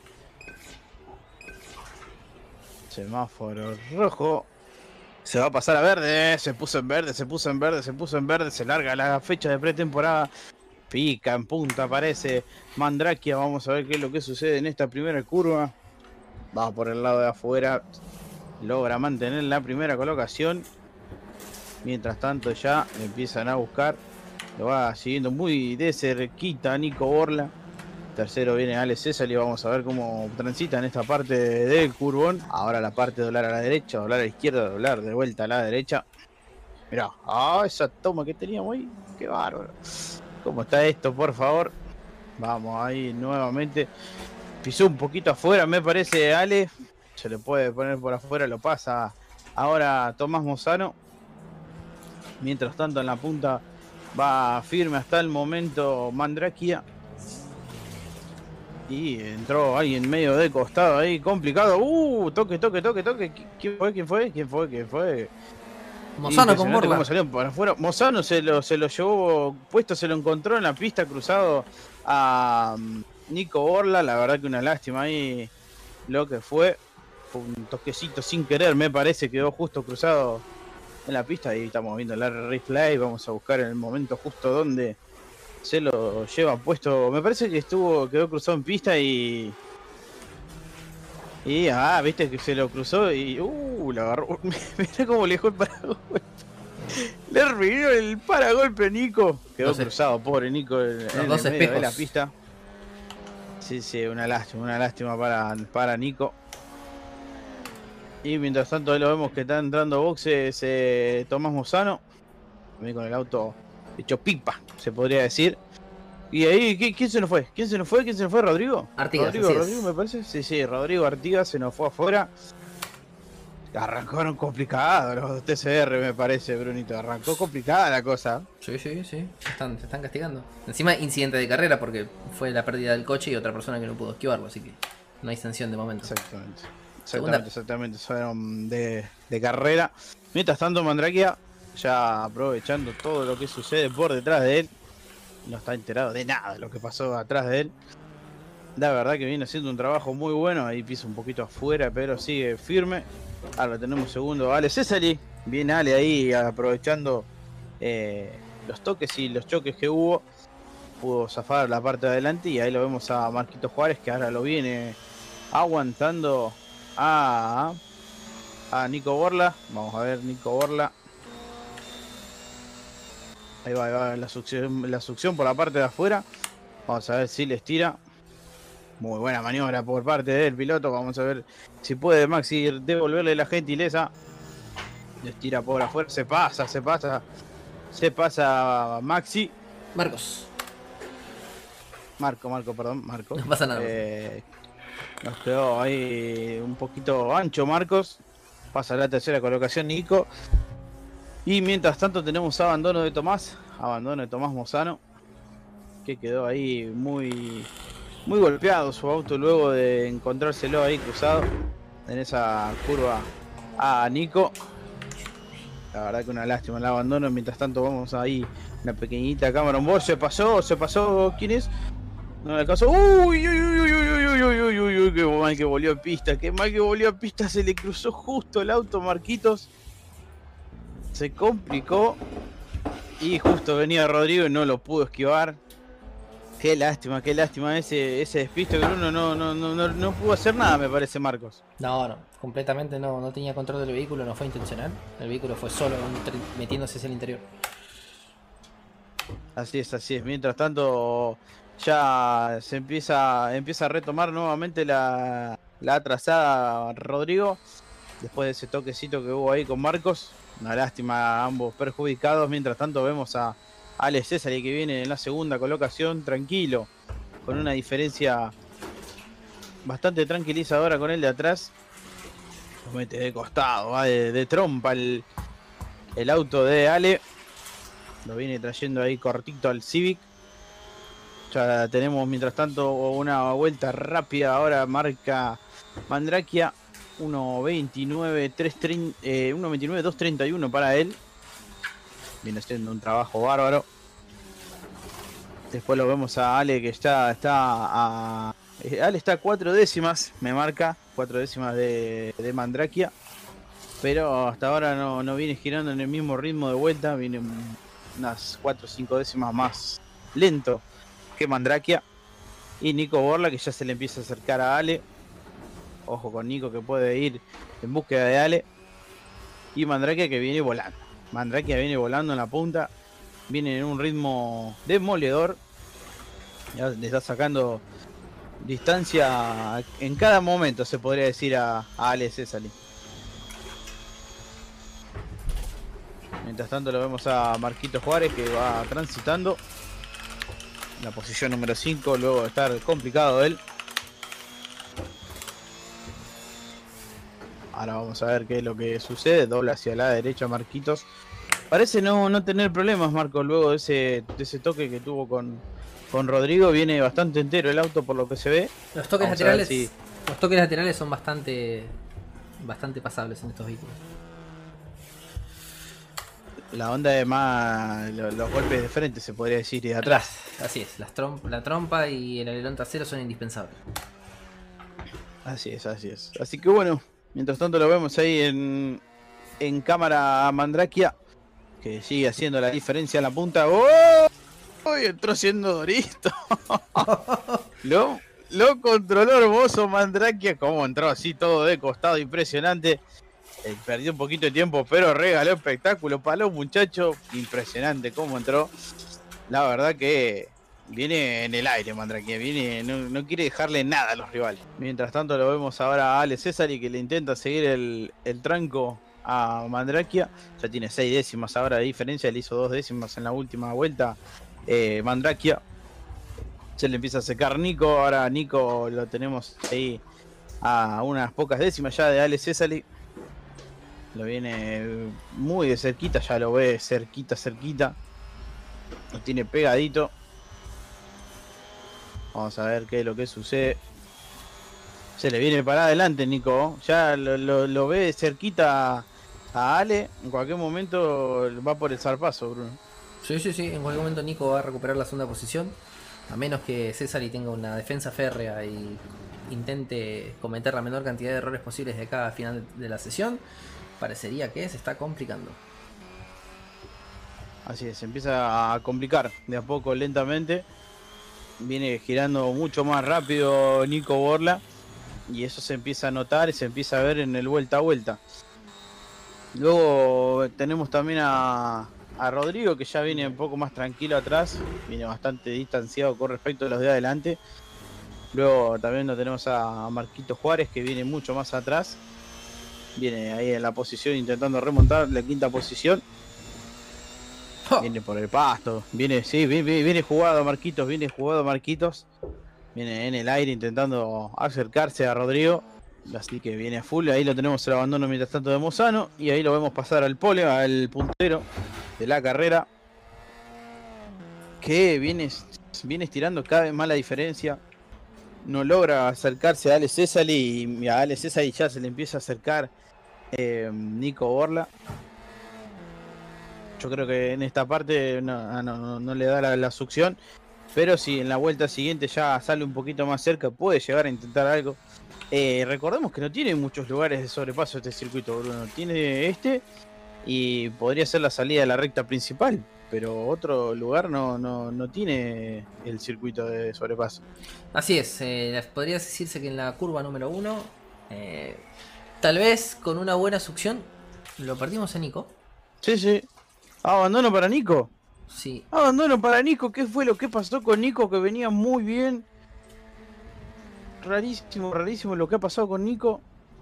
Semáforo rojo. Se va a pasar a verde, se puso en verde, se puso en verde, se puso en verde, se larga la fecha de pretemporada. Pica en punta, aparece Mandrakia. Vamos a ver qué es lo que sucede en esta primera curva. Va por el lado de afuera. Logra mantener la primera colocación. Mientras tanto ya empiezan a buscar. Lo va siguiendo muy de cerquita Nico Borla. Tercero viene Ale César y vamos a ver cómo transita en esta parte del curvón. Ahora la parte de doblar a la derecha, doblar a la izquierda, doblar de vuelta a la derecha. Mirá, ah, esa toma que teníamos ahí, qué bárbaro. ¿Cómo está esto, por favor? Vamos ahí nuevamente. Pisó un poquito afuera, me parece, Ale. Se le puede poner por afuera, lo pasa ahora Tomás Mozano. Mientras tanto en la punta va firme hasta el momento Mandrakia. Y entró alguien medio de costado ahí, complicado. Uh, toque, toque, toque, toque. ¿Quién fue? ¿Quién fue? ¿Quién fue? ¿Quién fue? Mozano con Borla. Cómo salió para afuera. Mozano se lo, se lo llevó puesto, se lo encontró en la pista cruzado a Nico Borla. La verdad que una lástima ahí lo que fue. Fue un toquecito sin querer, me parece, quedó justo cruzado en la pista. Y estamos viendo el replay. Vamos a buscar en el momento justo donde se lo lleva puesto. Me parece que estuvo, quedó cruzado en pista y. Y ah, viste que se lo cruzó y. Uh, la agarró. Mirá cómo le dejó el paragolpe. Le arruinó el paragolpe, Nico. Quedó no sé. cruzado, pobre Nico, en, Los en dos el medio espejos de la pista. Sí, sí, una lástima, una lástima para, para Nico. Y mientras tanto ahí lo vemos que está entrando a boxes eh, Tomás Mozano. También con el auto hecho pipa, se podría decir. Y ahí, ¿quién se nos fue? ¿Quién se nos fue? ¿Quién se nos fue? ¿Rodrigo? Artigas, Rodrigo, Rodrigo me parece. Sí, sí, Rodrigo Artigas se nos fue afuera. Arrancaron complicado los T C R, me parece, Brunito. Arrancó complicada la cosa. Sí, sí, sí. Se están, se están castigando. Encima, incidente de carrera porque fue la pérdida del coche y otra persona que no pudo esquivarlo, así que no hay sanción de momento. Exactamente. Segunda. Exactamente, exactamente. Fueron de, de carrera. Mientras tanto, Mandrakia, ya aprovechando todo lo que sucede por detrás de él, no está enterado de nada de lo que pasó atrás de él. La verdad que viene haciendo un trabajo muy bueno. Ahí pisa un poquito afuera, pero sigue firme. Ahora tenemos segundo Ale Césari. Bien Ale ahí aprovechando eh, los toques y los choques que hubo. Pudo zafar la parte de adelante y ahí lo vemos a Marquitos Juárez, que ahora lo viene aguantando a, a Nico Borla. Vamos a ver Nico Borla. Ahí va, ahí va la succión, la succión por la parte de afuera. Vamos a ver si les tira. Muy buena maniobra por parte del piloto. Vamos a ver si puede Maxi devolverle la gentileza. Les tira por afuera. Se pasa, se pasa. Se pasa Maxi. Marcos. Marco, Marco, perdón, Marco. No pasa nada. Eh, nos quedó ahí un poquito ancho Marcos. Pasa la tercera colocación Nico. Y mientras tanto tenemos abandono de Tomás. Abandono de Tomás Mozano, que quedó ahí muy... Muy golpeado su auto luego de encontrárselo ahí cruzado en esa curva a Nico. La verdad que una lástima el abandono. Mientras tanto vamos ahí una pequeñita cámara on board. Se pasó, se pasó. ¿Quién es? No le alcanzó. Uy, uy, uy, uy, uy, uy, uy, uy, uy, uy, qué mal que volvió a pista, qué mal que volvió a pista, se le cruzó justo el auto Marquitos. Se complicó. Y justo venía Rodrigo y no lo pudo esquivar. Qué lástima, qué lástima ese, ese despiste que uno no, no, no, no, no pudo hacer nada, me parece, Marcos. No, no, completamente no, no tenía control del vehículo, no fue intencional. El vehículo fue solo metiéndose hacia el interior. Así es, así es. Mientras tanto, ya se empieza, empieza a retomar nuevamente la, la trazada Rodrigo. Después de ese toquecito que hubo ahí con Marcos. Una lástima, ambos perjudicados. Mientras tanto vemos a Ale César que viene en la segunda colocación, tranquilo, con una diferencia bastante tranquilizadora con el de atrás. Lo mete de costado, va de, de trompa el, el auto de Ale. Lo viene trayendo ahí cortito al Civic. Ya tenemos mientras tanto una vuelta rápida. Ahora marca Mandrakia uno veintinueve dos treinta y uno para él. Viene haciendo un trabajo bárbaro. Después lo vemos a Ale que está, está a... Ale está a cuatro décimas, me marca. Cuatro décimas de, de Mandrakia. Pero hasta ahora no, no viene girando en el mismo ritmo de vuelta. Viene unas cuatro o cinco décimas más lento que Mandrakia. Y Nico Borla que ya se le empieza a acercar a Ale. Ojo con Nico que puede ir en búsqueda de Ale. Y Mandrakia que viene volando. Mandrakia viene volando en la punta. Viene en un ritmo demoledor. Ya le está sacando distancia en cada momento, se podría decir, a, a Ale César. Mientras tanto lo vemos a Marquitos Juárez que va transitando la posición número cinco, luego de estar complicado él. Ahora vamos a ver qué es lo que sucede. Dobla hacia la derecha Marquitos. Parece no, no tener problemas Marcos luego de ese, de ese toque que tuvo con, con Rodrigo. Viene bastante entero el auto por lo que se ve. Los toques Vamos laterales si... los toques laterales son bastante bastante pasables en estos vehículos. La onda de más los, los golpes de frente se podría decir y de atrás. Así es, las tromp la trompa y el alerón trasero son indispensables. Así es, así es. Así que bueno, mientras tanto lo vemos ahí en, en cámara a Mandrakia, que sigue haciendo la diferencia en la punta. ¡Oh! ¡Oh! Entró siendo Dorito. lo, lo controló hermoso Mandrakia, como entró así todo de costado, impresionante. Eh, perdió un poquito de tiempo, pero regaló espectáculo para los muchachos. Impresionante cómo entró. La verdad que viene en el aire Mandrakia, viene, no, no quiere dejarle nada a los rivales. Mientras tanto lo vemos ahora a Ale César y que le intenta seguir el, el tranco a Mandrakia. Ya tiene seis décimas ahora de diferencia, le hizo dos décimas en la última vuelta eh, Mandrakia. Se le empieza a secar Nico, ahora Nico lo tenemos ahí a unas pocas décimas ya de Ale César. Lo viene muy de cerquita, ya lo ve cerquita, cerquita. Lo tiene pegadito. Vamos a ver qué es lo que sucede. Se le viene para adelante Nico. Ya lo, lo, lo ve cerquita a Ale. En cualquier momento va por el zarpazo, Bruno. Sí, sí, sí. En cualquier momento Nico va a recuperar la segunda posición. A menos que César tenga una defensa férrea y intente cometer la menor cantidad de errores posibles de cada final de la sesión. Parecería que se está complicando. Así es, se empieza a complicar de a poco, lentamente. Viene girando mucho más rápido Nico Borla. Y eso se empieza a notar y se empieza a ver en el vuelta a vuelta. Luego tenemos también a, a Rodrigo, que ya viene un poco más tranquilo atrás. Viene bastante distanciado con respecto a los de adelante. Luego también lo tenemos a Marquitos Juárez, que viene mucho más atrás. Viene ahí en la posición intentando remontar la quinta posición. Oh. Viene por el pasto. Viene, sí, viene, viene jugado Marquitos, viene jugado Marquitos. Viene en el aire intentando acercarse a Rodrigo. Así que viene a full. Ahí lo tenemos el abandono mientras tanto de Mozano. Y ahí lo vemos pasar al pole, al puntero de la carrera. Que viene, viene estirando cada vez más la diferencia. No logra acercarse a Ale César y a Ale César ya se le empieza a acercar eh, Nico Borla. Yo creo que en esta parte no, no, no, no le da la, la succión. Pero si en la vuelta siguiente ya sale un poquito más cerca, puede llegar a intentar algo. Eh, recordemos que no tiene muchos lugares de sobrepaso este circuito, Bruno. Tiene este y podría ser la salida de la recta principal, pero otro lugar no, no, no tiene el circuito de sobrepaso. Así es, eh, podría decirse que en la curva número uno, eh, tal vez con una buena succión, lo perdimos a Nico. Sí, sí. Abandono para Nico. Sí. Abandono para Nico. ¿Qué fue lo que pasó con Nico? Que venía muy bien. Rarísimo, rarísimo lo que ha pasado con Nico.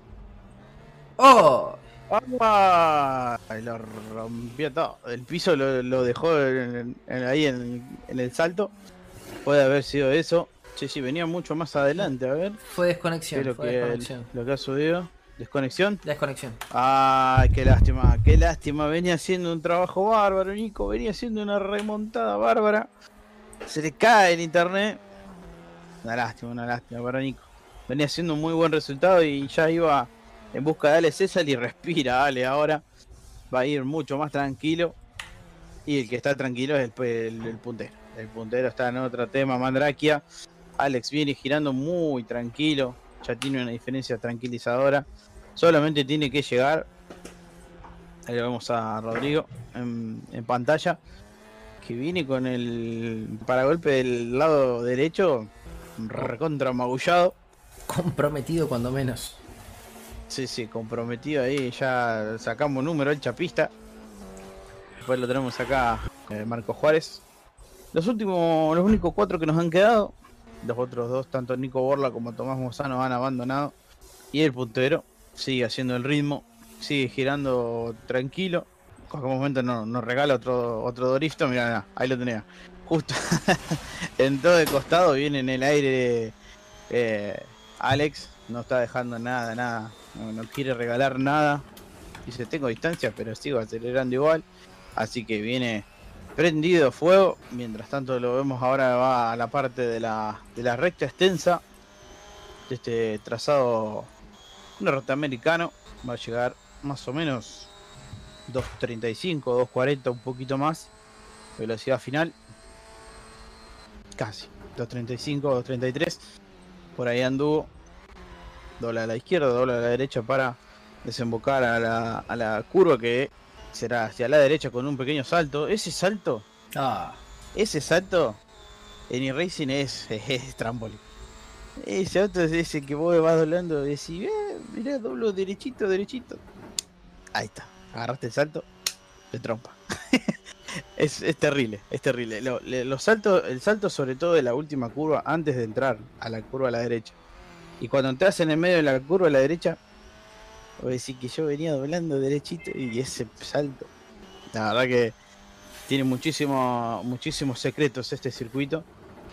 ¡Oh! ¡Ah! Lo rompió todo. El piso lo, lo dejó en, en, ahí en, en el salto. Puede haber sido eso. Sí, sí, venía mucho más adelante. A ver. Fue desconexión. ¿Qué es lo, fue que, desconexión. lo que ha subido? ¿Desconexión? Desconexión. Ay, qué lástima, qué lástima. Venía haciendo un trabajo bárbaro, Nico. Venía haciendo una remontada bárbara. Se le cae el internet. Una lástima, una lástima para Nico. Venía haciendo un muy buen resultado y ya iba en busca de Ale César y respira Ale ahora. Va a ir mucho más tranquilo. Y el que está tranquilo es el, el, el puntero. El puntero está en otro tema, Mandrakia. Alex viene girando muy tranquilo. Ya tiene una diferencia tranquilizadora. Solamente tiene que llegar. Ahí lo vemos a Rodrigo en, en pantalla. Que viene con el paragolpe del lado derecho. Recontra magullado. Comprometido cuando menos. Sí, sí, comprometido ahí. Ya sacamos número el chapista. Después lo tenemos acá, eh, Marco Juárez. Los últimos, los únicos cuatro que nos han quedado. Los otros dos, tanto Nico Borla como Tomás Mozano, han abandonado. Y el puntero sigue haciendo el ritmo, sigue girando tranquilo. En cualquier momento nos, nos regala otro otro dorifto. Mirá, ahí lo tenía. Justo en todo el costado, viene en el aire eh, Alex. No está dejando nada, nada. No, no quiere regalar nada. Dice, tengo distancia, pero sigo acelerando igual. Así que viene prendido fuego. Mientras tanto lo vemos ahora, va a la parte de la, de la recta extensa de este trazado norteamericano. Va a llegar más o menos dos treinta y cinco, dos cuarenta, un poquito más. Velocidad final. Casi. dos treinta y cinco, dos treinta y tres. Por ahí anduvo. Dobla a la izquierda, dobla a la derecha para desembocar a la, a la curva que será hacia la derecha con un pequeño salto. Ese salto, Ah. ese salto en e-racing es, es, es trampolín. Ese auto es ese que vos vas doblando y decís, eh, mirá, doblo derechito, derechito. Ahí está, agarraste el salto de trompa. es, es terrible, es terrible. Lo, le, los saltos, el salto sobre todo de la última curva antes de entrar a la curva a la derecha. Y cuando entras en el medio de la curva a la derecha, vos decís que yo venía doblando derechito y ese salto. La verdad que tiene muchísimo, muchísimos secretos este circuito.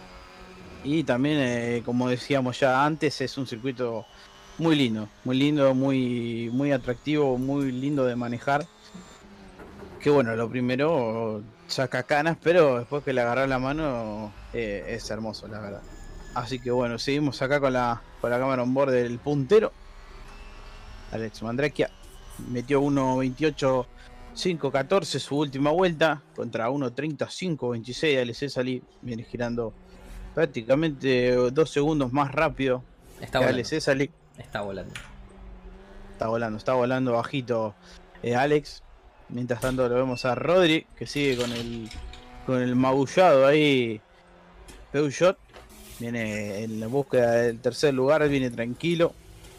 Y también, eh, como decíamos ya antes, es un circuito muy lindo, muy lindo, muy, muy atractivo, muy lindo de manejar. Que bueno, lo primero saca canas, pero después que le agarras la mano eh, es hermoso, la verdad. Así que bueno, seguimos acá con la, con la cámara on board del puntero. Alex Mandrakia metió uno veintiocho cinco catorce su última vuelta contra uno treinta cinco veintiséis. Alex Cesali viene girando prácticamente dos segundos más rápido. Está que volando. Alex Cesali. Está volando. Está volando, está volando bajito eh, Alex. Mientras tanto lo vemos a Rodri que sigue con el con el magullado ahí. Peugeot viene en la búsqueda del tercer lugar, viene tranquilo,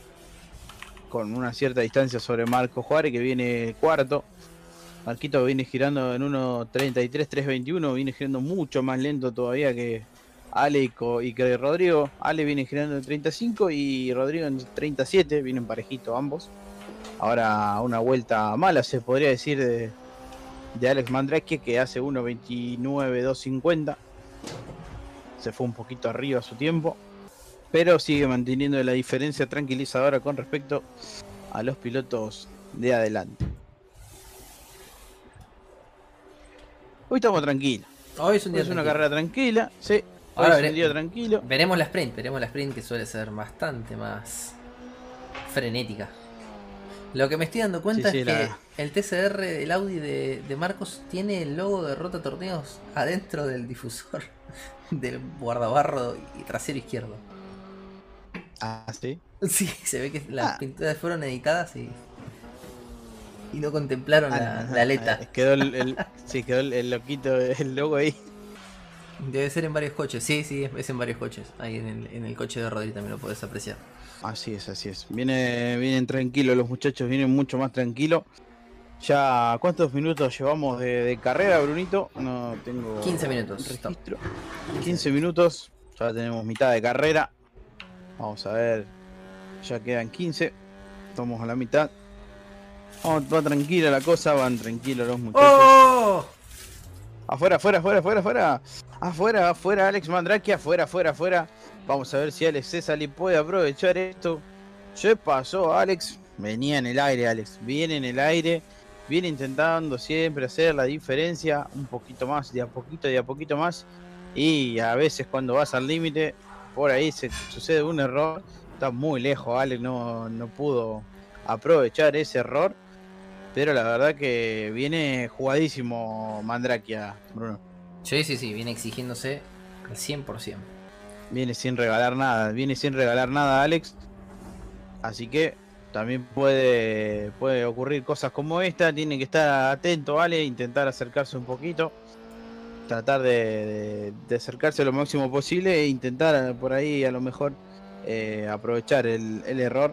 con una cierta distancia sobre Marco Juárez, que viene cuarto. Marquito viene girando en uno treinta y tres, tres veintiuno, viene girando mucho más lento todavía que Ale y que Rodrigo. Ale viene girando en treinta y cinco y Rodrigo en treinta y siete, vienen parejitos ambos. Ahora una vuelta mala, se podría decir, de, de Alex Mandrake, que hace uno veintinueve, dos cincuenta. Se fue un poquito arriba a su tiempo, pero sigue manteniendo la diferencia tranquilizadora con respecto a los pilotos de adelante. Hoy estamos tranquilos. Hoy es un día Hoy es una tranquilo. carrera tranquila, sí. Hoy Ahora es vere- un día tranquilo. Veremos la sprint, veremos la sprint que suele ser bastante más frenética. Lo que me estoy dando cuenta Sí, es sí, que la... el T C R, el Audi de, de Marcos, tiene el logo de Rota Torneos adentro del difusor del guardabarro y trasero izquierdo. Ah, sí. Sí, se ve que las Ah, pinturas fueron editadas y, y no contemplaron ah, la, no, la no, aleta. eh, quedó el, el- sí, quedó el, el loquito, el logo ahí. Debe ser en varios coches, sí, sí, es en varios coches. Ahí en el, en el coche de Rodri también lo podés apreciar. Así es, así es. Viene, vienen tranquilos los muchachos, vienen mucho más tranquilos. Ya, ¿cuántos minutos llevamos de, de carrera, Brunito? No quince tengo minutos, stop. registro. quince quince minutos. minutos, ya tenemos mitad de carrera. Vamos a ver, ya quedan quince. Estamos a la mitad. Vamos, va tranquila la cosa, van tranquilos los muchachos. ¡Oh! Afuera, afuera, afuera, afuera, afuera. Afuera, afuera, Alex Mandrake, afuera, afuera, afuera. Vamos a ver si Alex Cesali puede aprovechar esto. Se pasó, Alex. Venía en el aire, Alex. Viene en el aire. Viene intentando siempre hacer la diferencia. Un poquito más, de a poquito, de a poquito más. Y a veces cuando vas al límite, por ahí se sucede un error. Está muy lejos, Alex. No, no pudo aprovechar ese error. Pero la verdad que viene jugadísimo Mandrakia, Bruno. Sí, sí, sí, viene exigiéndose al cien por ciento. Viene sin regalar nada, viene sin regalar nada Alex. Así que también puede, puede ocurrir cosas como esta. Tiene que estar atento, Ale, intentar acercarse un poquito. Tratar de, de, de acercarse lo máximo posible e intentar por ahí a lo mejor eh, aprovechar el, el error.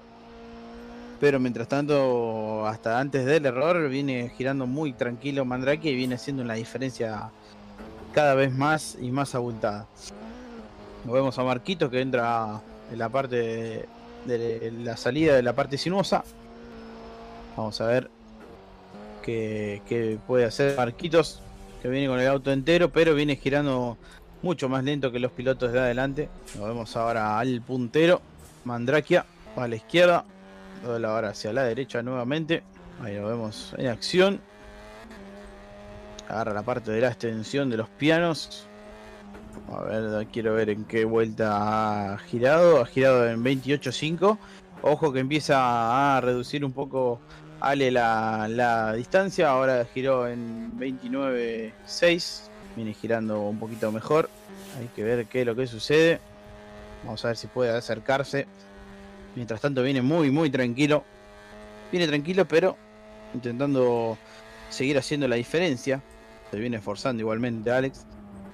Pero mientras tanto, hasta antes del error, viene girando muy tranquilo Mandrake y viene haciendo una diferencia cada vez más y más abultada. Nos vemos a Marquitos que entra en la parte de, de la salida de la parte sinuosa. Vamos a ver qué, qué puede hacer Marquitos, que viene con el auto entero, pero viene girando mucho más lento que los pilotos de adelante. Nos vemos ahora al puntero, Mandrakia, a la izquierda. Dobla ahora hacia la derecha nuevamente. Ahí lo vemos en acción. Agarra la parte de la extensión de los pianos. A ver, quiero ver en qué vuelta ha girado. Ha girado en veintiocho cinco. Ojo que empieza a reducir un poco Ale la, la distancia. Ahora giró en veintinueve seis. Viene girando un poquito mejor. Hay que ver qué es lo que sucede. Vamos a ver si puede acercarse. Mientras tanto viene muy muy tranquilo. Viene tranquilo pero intentando seguir haciendo la diferencia. Se viene esforzando igualmente Alex.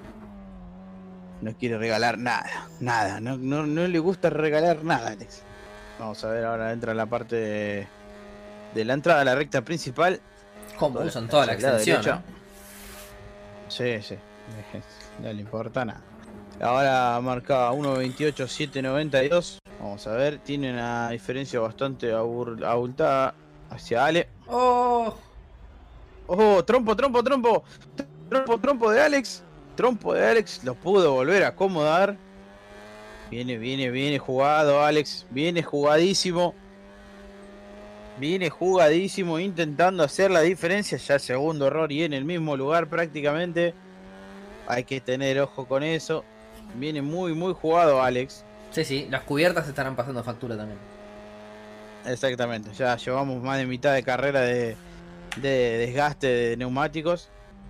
No quiere regalar nada. Nada. No, no, no le gusta regalar nada Alex. Vamos a ver ahora entra la parte de, de la entrada a la recta principal. Como usan toda la extensión, ¿no? Sí, sí. No le importa nada. Ahora marca uno veintiocho siete noventa y dos. Vamos a ver, tiene una diferencia bastante abultada hacia Ale. ¡Oh! ¡Oh! ¡Trompo, trompo, trompo! ¡Trompo, trompo de Alex! Trompo de Alex, lo pudo volver a acomodar. Viene, viene, viene jugado Alex. Viene jugadísimo. Viene jugadísimo intentando hacer la diferencia. Ya segundo error y en el mismo lugar prácticamente. Hay que tener ojo con eso. Viene muy, muy jugado Alex. Sí, sí, las cubiertas estarán pasando factura también. Exactamente, ya llevamos más de mitad de carrera de, de desgaste de neumáticos.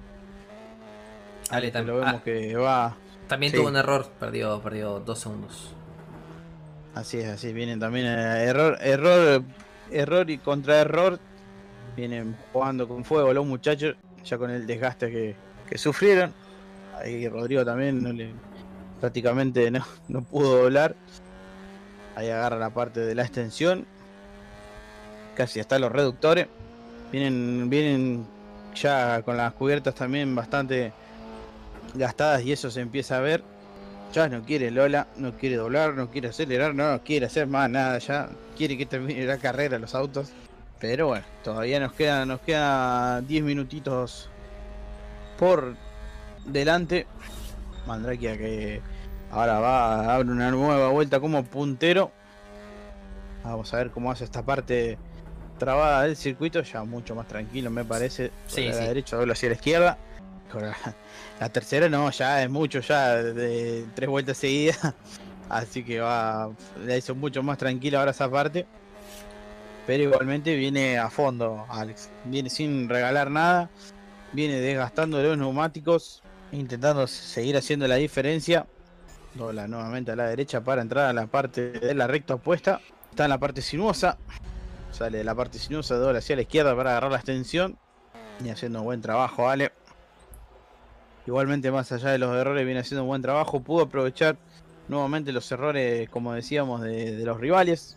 Ale, lo vemos ah, que va. También sí. Tuvo un error, perdió, perdió dos segundos. Así es, así vienen también eh, error, error, error y contra error. Vienen jugando con fuego los muchachos, ya con el desgaste que, que sufrieron. Ahí Rodrigo también no le, prácticamente no, no pudo doblar. Ahí agarra la parte de la extensión. Casi hasta los reductores. Vienen, vienen ya con las cubiertas también bastante gastadas y eso se empieza a ver. Ya no quiere Lola, no quiere doblar, no quiere acelerar, no quiere hacer más nada. Ya quiere que termine la carrera los autos. Pero bueno, todavía nos queda, nos queda diez minutitos por delante. Mandrakia que ahora va a dar una nueva vuelta como puntero. Vamos a ver cómo hace esta parte trabada del circuito. Ya mucho más tranquilo me parece. Sí, a la sí. derecha, doblo hacia la izquierda. La, la tercera no, ya es mucho, ya de tres vueltas seguidas. Así que va, la hizo mucho más tranquila ahora esa parte. pero igualmente viene a fondo Alex. Viene sin regalar nada, viene desgastando los neumáticos, intentando seguir haciendo la diferencia. Dobla nuevamente a la derecha para entrar a la parte de la recta opuesta. Está en la parte sinuosa. Sale de la parte sinuosa, dobla hacia la izquierda para agarrar la extensión. Y haciendo un buen trabajo, Ale. Igualmente, más allá de los errores, viene haciendo un buen trabajo. Pudo aprovechar nuevamente los errores, como decíamos, de, de los rivales.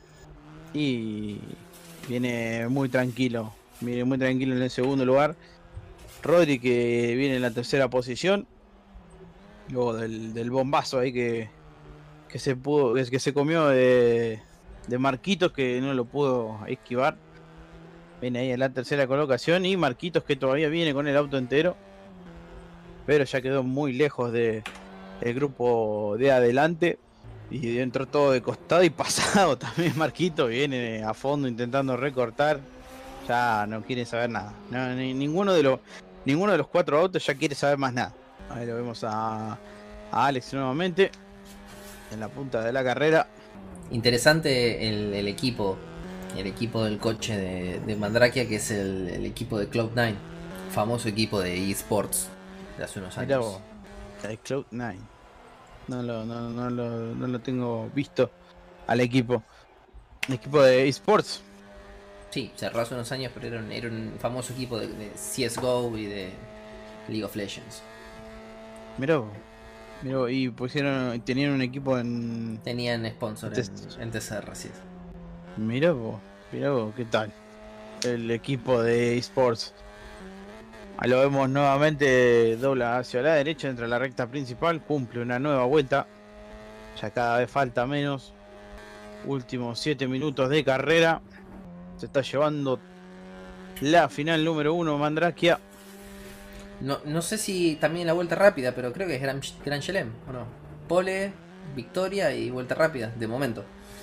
Y viene muy tranquilo. Viene muy tranquilo en el segundo lugar. Rodri, que viene en la tercera posición. Luego del, del bombazo ahí que, que se pudo, que se comió de, de Marquitos, que no lo pudo esquivar. Viene ahí en la tercera colocación. Y Marquitos, que todavía viene con el auto entero, pero ya quedó muy lejos de el grupo de adelante. Y entró todo de costado y pasado. También Marquito viene a fondo intentando recortar. Ya no quiere saber nada. No, ni, ninguno de los ninguno de los cuatro autos ya quiere saber más nada. Ahí lo vemos a, a Alex nuevamente en la punta de la carrera. Interesante el, el equipo. El equipo del coche de, de Mandrakia, que es el, el equipo de Cloud nine. Famoso equipo de eSports de hace unos años. Mirá vos, el Cloud nine. No lo, no, no, lo, no lo tengo visto al equipo. El equipo de eSports. Sí, cerró hace unos años, pero era un, era un famoso equipo de, de C S G O y de League of Legends. Mirá vos, mirá vos, y pusieron, tenían un equipo en... Tenían sponsor en, en T C R, sí. Mirá vos, mirá vos, ¿qué tal? El equipo de eSports. Ahí lo vemos nuevamente, dobla hacia la derecha, entra a la recta principal, cumple una nueva vuelta. Ya cada vez falta menos. Últimos siete minutos de carrera. Se está llevando la final número uno, Mandrakia. No, no sé si también la vuelta rápida, pero creo que es Gran, Gran Chelem, ¿o no? Pole, victoria y vuelta rápida, de momento.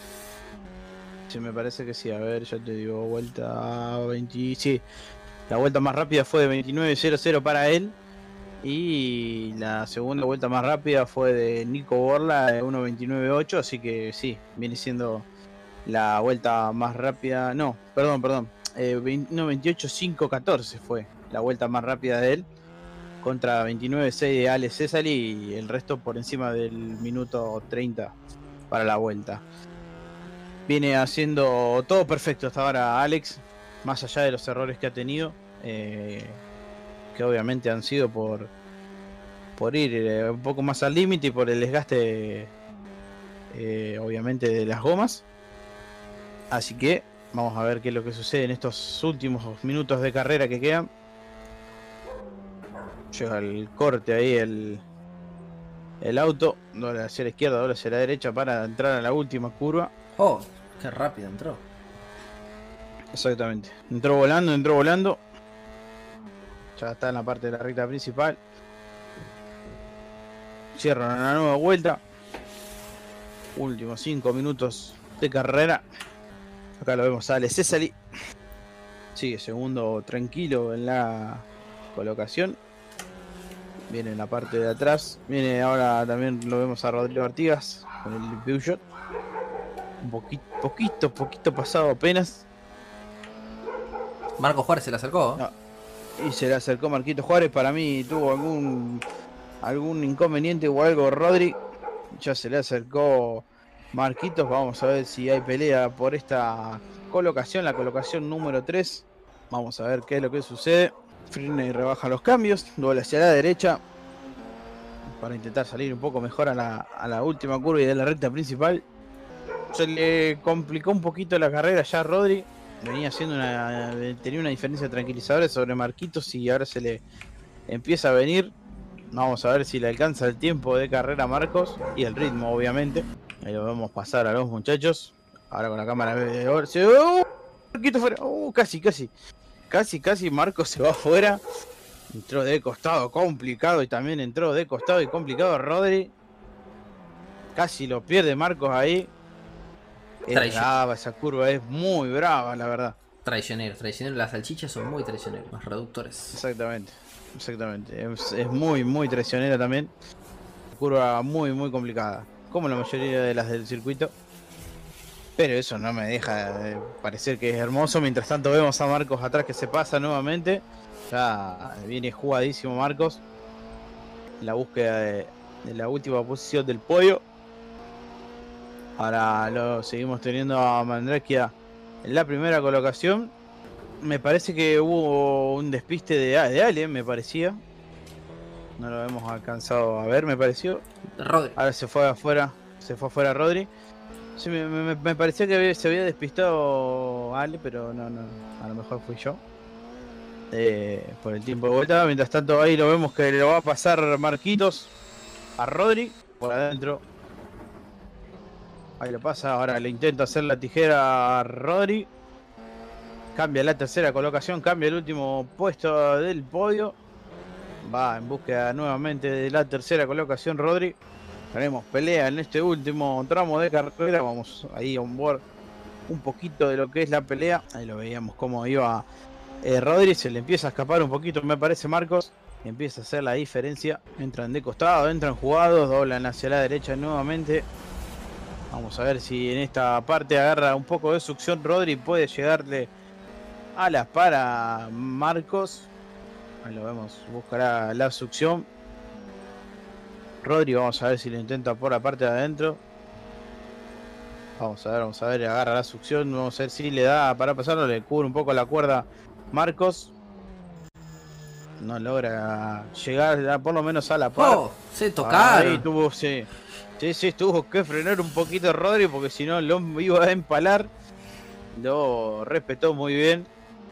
Sí, me parece que sí. A ver, ya te digo, vuelta veinte... Sí, la vuelta más rápida fue de veintinueve cero cero para él. Y la segunda vuelta más rápida fue de Nico Borla de uno veintinueve ocho. Así que sí, viene siendo la vuelta más rápida. No, perdón, perdón. Eh, no, veintiocho cinco catorce fue la vuelta más rápida de él. Contra veintinueve seis de Alex Cesari. Y el resto por encima del minuto treinta para la vuelta. Viene haciendo todo perfecto hasta ahora Alex. Más allá de los errores que ha tenido. Eh, que obviamente han sido por por ir eh, un poco más al límite y por el desgaste eh, obviamente de las gomas. Así que vamos a ver qué es lo que sucede en estos últimos minutos de carrera que quedan. Llega el corte ahí el el auto, dobla hacia la izquierda, dobla hacia la derecha para entrar a la última curva. Oh, qué rápido entró. Exactamente, entró volando, entró volando. Ya está en la parte de la recta principal. Cierran una nueva vuelta. Últimos cinco minutos de carrera. Acá lo vemos a Alex Cesari. Sigue segundo tranquilo en la colocación. Viene en la parte de atrás. Viene ahora también lo vemos a Rodrigo Artigas con el Peugeot. Un poquito, poquito, poquito pasado apenas. Marco Juárez se le acercó. No. Y se le acercó Marquito Juárez. Para mí tuvo algún algún inconveniente o algo Rodri. Ya se le acercó Marquitos. Vamos a ver si hay pelea por esta colocación. La colocación número tres. Vamos a ver qué es lo que sucede. Frena y rebaja los cambios. Dobla hacia la derecha. Para intentar salir un poco mejor a la, a la última curva y de la recta principal. Se le complicó un poquito la carrera ya a Rodri. Venía haciendo una. Tenía una diferencia tranquilizadora sobre Marquitos y ahora se le empieza a venir. Vamos a ver si le alcanza el tiempo de carrera a Marcos y el ritmo, obviamente. Ahí lo vemos pasar a los muchachos. Ahora con la cámara de oro. ¡Uh! Marquitos fuera. ¡Uh! Casi, casi. Casi, casi Marcos se va afuera. Entró de costado complicado y también entró de costado y complicado Rodri. Casi lo pierde Marcos ahí. Es brava, esa curva es muy brava, la verdad. Traicioneros, traicioneros. Las salchichas son muy traicioneros, los reductores. Exactamente, exactamente. Es, es muy, muy traicionera también. Curva muy, muy complicada. Como la mayoría de las del circuito. Pero eso no me deja de parecer que es hermoso. Mientras tanto vemos a Marcos atrás que se pasa nuevamente. Ya viene jugadísimo Marcos. En la búsqueda de, de la última posición del podio. Ahora lo seguimos teniendo a Mandrakia en la primera colocación. Me parece que hubo un despiste de, de Ale, me parecía. No lo hemos alcanzado a ver, me pareció. Rodri. Ahora se fue afuera. Se fue afuera Rodri. Sí, me, me, me parecía que había, se había despistado Ale, pero no, no. A lo mejor fui yo. Eh, por el tiempo de vuelta. Mientras tanto ahí lo vemos que le va a pasar Marquitos a Rodri por adentro. Ahí lo pasa, ahora le intenta hacer la tijera a Rodri. Cambia la tercera colocación, cambia el último puesto del podio. Va en búsqueda nuevamente de la tercera colocación Rodri. Tenemos pelea en este último tramo de carrera. Vamos ahí a un board un poquito de lo que es la pelea. Ahí lo veíamos cómo iba eh, Rodri. Se le empieza a escapar un poquito, me parece, Marcos. Empieza a hacer la diferencia. Entran de costado, entran jugados, doblan hacia la derecha nuevamente. Vamos a ver si en esta parte agarra un poco de succión Rodri. Puede llegarle a la para Marcos. Ahí lo vemos, buscará la succión. Rodri, vamos a ver si lo intenta por la parte de adentro. Vamos a ver, vamos a ver, agarra la succión. Vamos a ver si le da para pasarlo. Le cubre un poco la cuerda Marcos. No logra llegar por lo menos a la par. Oh, se tocaron. Ahí tuvo, sí. Sí, sí, tuvo que frenar un poquito Rodri porque si no lo iba a empalar. Lo respetó muy bien.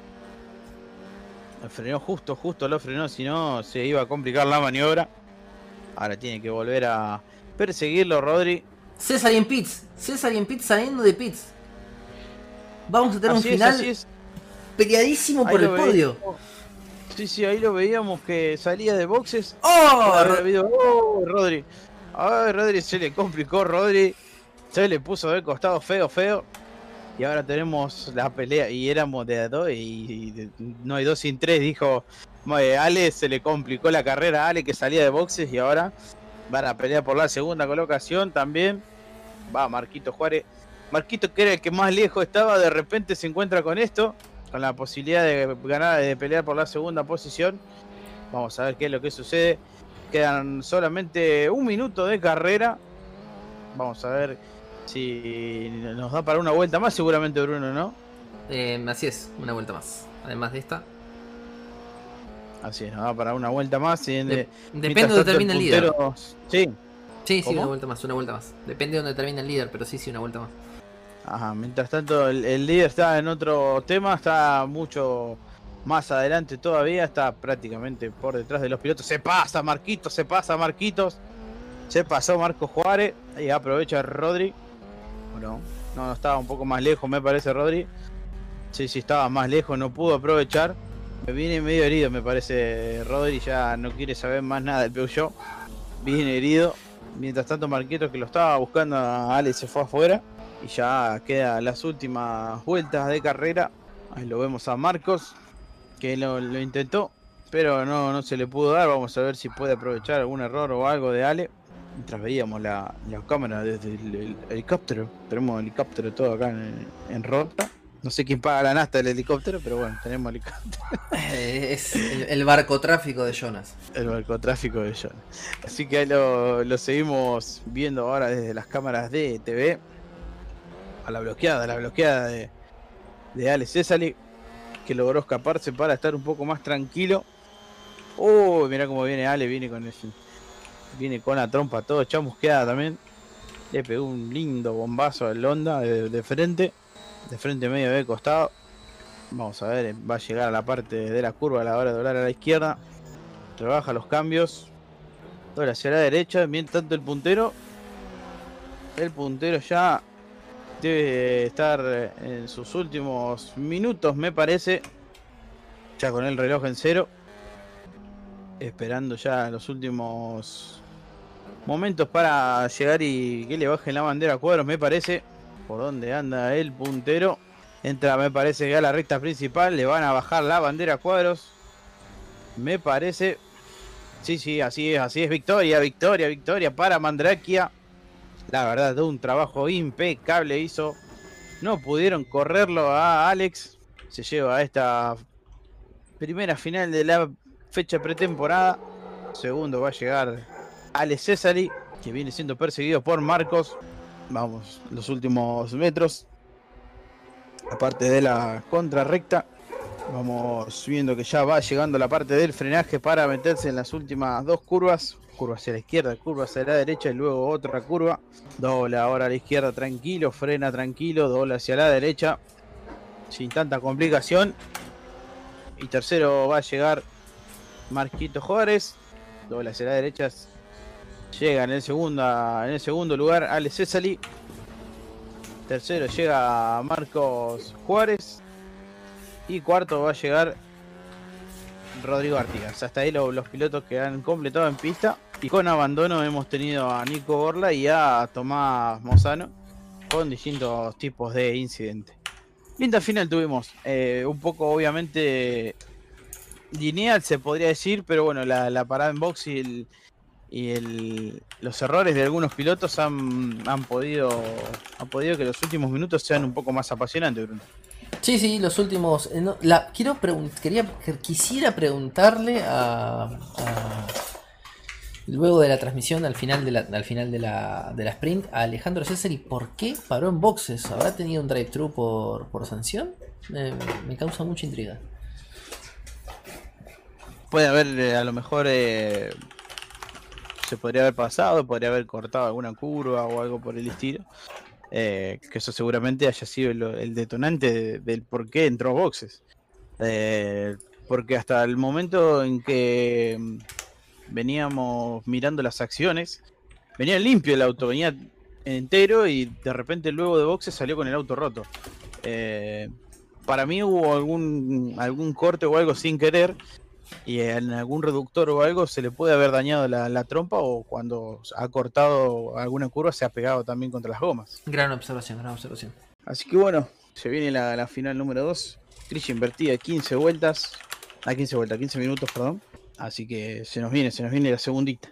Lo frenó justo, justo lo frenó, si no se iba a complicar la maniobra. Ahora tiene que volver a perseguirlo Rodri. César y en pits. César y en pits saliendo de pits. Vamos a tener así un final es, así es. peleadísimo por el podio. Sí, sí, ahí lo veíamos que salía de boxes. ¡Oh! ¡Oh, Rodri! Ay, Rodri, se le complicó Rodri. Se le puso de costado feo, feo. Y ahora tenemos la pelea. Y éramos de a dos y, y no hay dos sin tres. Dijo Ale, se le complicó la carrera a Ale que salía de boxes. Y ahora van a pelear por la segunda colocación también. Va Marquito Juárez. Marquito, que era el que más lejos estaba, de repente se encuentra con esto. Con la posibilidad de ganar, de pelear por la segunda posición. Vamos a ver qué es lo que sucede. Quedan solamente un minuto de carrera. Vamos a ver si nos da para una vuelta más. Seguramente Bruno, ¿no? Eh, así es, una vuelta más. Además de esta. Así es, nos da para una vuelta más. Y de, depende de donde termine el, el líder. Sí. Sí, sí, una vuelta más, una vuelta más. Depende de donde termine el líder, pero sí, sí, una vuelta más. Ajá, mientras tanto el, el líder está en otro tema, está mucho más adelante todavía, está prácticamente por detrás de los pilotos. Se pasa Marquitos, se pasa Marquitos. Se pasó Marcos Juárez y aprovecha Rodri. Bueno, no, no estaba un poco más lejos, me parece Rodri. Sí, sí, estaba más lejos, no pudo aprovechar. Me viene medio herido, me parece Rodri, ya no quiere saber más nada del Peugeot. Viene herido. Mientras tanto Marquitos, que lo estaba buscando a Ale, se fue afuera. Y ya quedan las últimas vueltas de carrera. Ahí lo vemos a Marcos, que lo, lo intentó, pero no, no se le pudo dar. Vamos a ver si puede aprovechar algún error o algo de Ale. Mientras veíamos la, la cámara desde el, el helicóptero. Tenemos helicóptero todo acá en, en Rota. No sé quién paga la nafta del helicóptero, pero bueno, tenemos helicóptero. Es el, el barcotráfico de Jonas. El barcotráfico de Jonas. Así que ahí lo, lo seguimos viendo ahora desde las cámaras de T V. A la bloqueada, a la bloqueada de, de Ale Césari, que logró escaparse para estar un poco más tranquilo. Uy, mirá cómo viene Ale, viene con el, viene con la trompa todo chamusqueada también. Le pegó un lindo bombazo al Honda de, de frente, de frente medio de costado. Vamos a ver, va a llegar a la parte de la curva a la hora de doblar a la izquierda. Rebaja los cambios, dobla hacia la derecha, mientras tanto el puntero, el puntero ya debe estar en sus últimos minutos, me parece. Ya con el reloj en cero. Esperando ya los últimos momentos para llegar y que le bajen la bandera a Cuadros, me parece. Por donde anda el puntero. Entra, me parece, que a la recta principal. Le van a bajar la bandera a Cuadros, me parece. Sí, sí, así es, así es. Victoria, victoria, victoria para Mandrakia. La verdad, un trabajo impecable hizo no pudieron correrlo a Alex. Se lleva a esta primera final de la fecha pretemporada. Segundo va a llegar Alex Cesari, que viene siendo perseguido por Marcos. Vamos, los últimos metros. Aparte de la contrarrecta, vamos viendo que ya va llegando la parte del frenaje para meterse en las últimas dos curvas. Curva hacia la izquierda, curva hacia la derecha y luego otra curva. Dobla ahora a la izquierda tranquilo, frena tranquilo, dobla hacia la derecha sin tanta complicación. Y tercero va a llegar Marquito Juárez, dobla hacia la derecha. Llega en el, segunda, en el segundo lugar Alex Cesari. Tercero llega Marcos Juárez. Y cuarto va a llegar Rodrigo Artigas. Hasta ahí lo, los pilotos que han completado en pista. Y con abandono hemos tenido a Nico Borla y a Tomás Mozano con distintos tipos de incidentes. Linda final tuvimos. Eh, un poco obviamente lineal se podría decir. Pero bueno, la, la parada en box y, el, y el, los errores de algunos pilotos han, han, podido, han podido que los últimos minutos sean un poco más apasionantes, Bruno. Sí, sí, los últimos. Eh, no, la, quiero quería quisiera preguntarle a, a luego de la transmisión al final de la al final de la, de la sprint a Alejandro Cesari por qué paró en boxes. ¿Habrá tenido un drive-thru por, por sanción? Eh, me causa mucha intriga. Puede haber eh, a lo mejor eh, se podría haber pasado, podría haber cortado alguna curva o algo por el estilo. Eh, que eso seguramente haya sido el, el detonante de, del por qué entró boxes. Eh, porque hasta el momento en que veníamos mirando las acciones, venía limpio el auto, venía entero y de repente luego de boxes salió con el auto roto. Eh, para mí hubo algún, algún corte o algo sin querer y en algún reductor o algo se le puede haber dañado la, la trompa o cuando ha cortado alguna curva se ha pegado también contra las gomas. Gran observación, gran observación. Así que bueno, se viene la, la final número dos. Grilla invertida quince vueltas. A ah, quince vueltas, quince minutos, perdón. Así que se nos viene, se nos viene la segundita.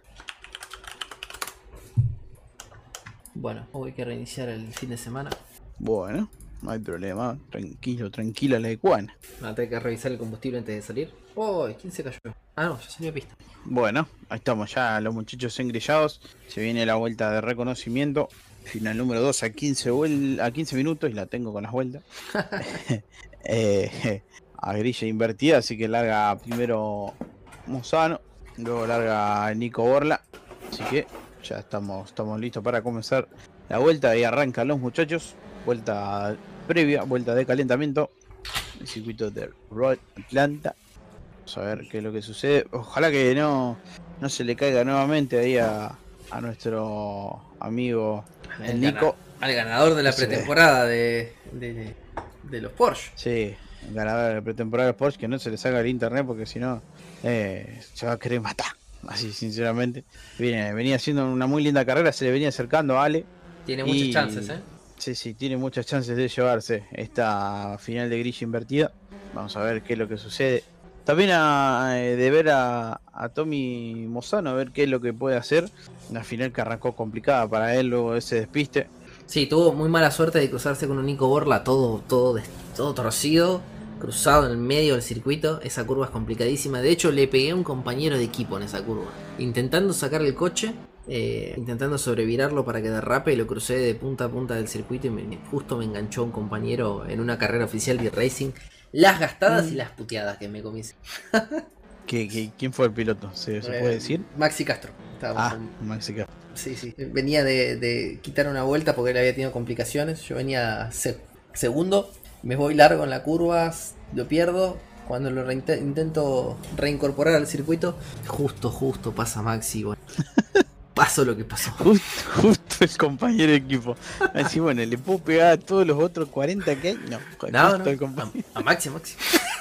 Bueno, hoy hay que reiniciar el fin de semana. Bueno, no hay problema. Tranquilo, tranquila la ecuana. Va a tener que revisar el combustible antes de salir. Oh, ¿quién se cayó? Ah, no, ya salió a pista. Bueno, ahí estamos ya los muchachos engrillados. Se viene la vuelta de reconocimiento. Final número dos a quince, a quince minutos y la tengo con las vueltas. eh, a grilla invertida, así que larga primero Mozano, luego larga Nico Borla. Así que ya estamos, estamos listos para comenzar la vuelta y arrancan los muchachos. Vuelta previa, vuelta de calentamiento. El circuito de Road Atlanta. Vamos a ver qué es lo que sucede. Ojalá que no, no se le caiga nuevamente ahí a, a nuestro amigo el, el Nico. Gana, al ganador de la pretemporada de, de, de los Porsche. Sí, el ganador de la pretemporada de los Porsche, que no se le salga el internet porque si no eh, se va a querer matar. Así sinceramente. Viene, venía haciendo una muy linda carrera, se le venía acercando a Ale. Tiene muchas y, chances, ¿eh? Sí, sí, tiene muchas chances de llevarse esta final de grilla invertida. Vamos a ver qué es lo que sucede. También a, eh, de ver a, a Tommy Mozano, a ver qué es lo que puede hacer. Una final que arrancó complicada para él luego de ese despiste. Sí, tuvo muy mala suerte de cruzarse con un Nico Borla todo, todo, todo torcido, cruzado en el medio del circuito. Esa curva es complicadísima. De hecho, le pegué a un compañero de equipo en esa curva. Intentando sacar el coche, eh, intentando sobrevirarlo para que derrape, y lo crucé de punta a punta del circuito y me, justo me enganchó un compañero en una carrera oficial de Racing. Las gastadas mm. y las puteadas que me comí. ¿Qué, qué, ¿Quién fue el piloto? ¿Se, ¿se eh, puede decir? Maxi Castro. Ah, con... Maxi Castro. Sí, sí. Venía de, de quitar una vuelta porque él había tenido complicaciones. Yo venía se segundo, me voy largo en la curva, lo pierdo. Cuando lo re intento reincorporar al circuito, justo, justo pasa Maxi. Bueno, pasó lo que pasó. Justo, justo el compañero de equipo. Así, bueno, ¿le puedo pegar a todos los otros cuarenta que hay? No, no, no. El a, a Maxi, a Maxi.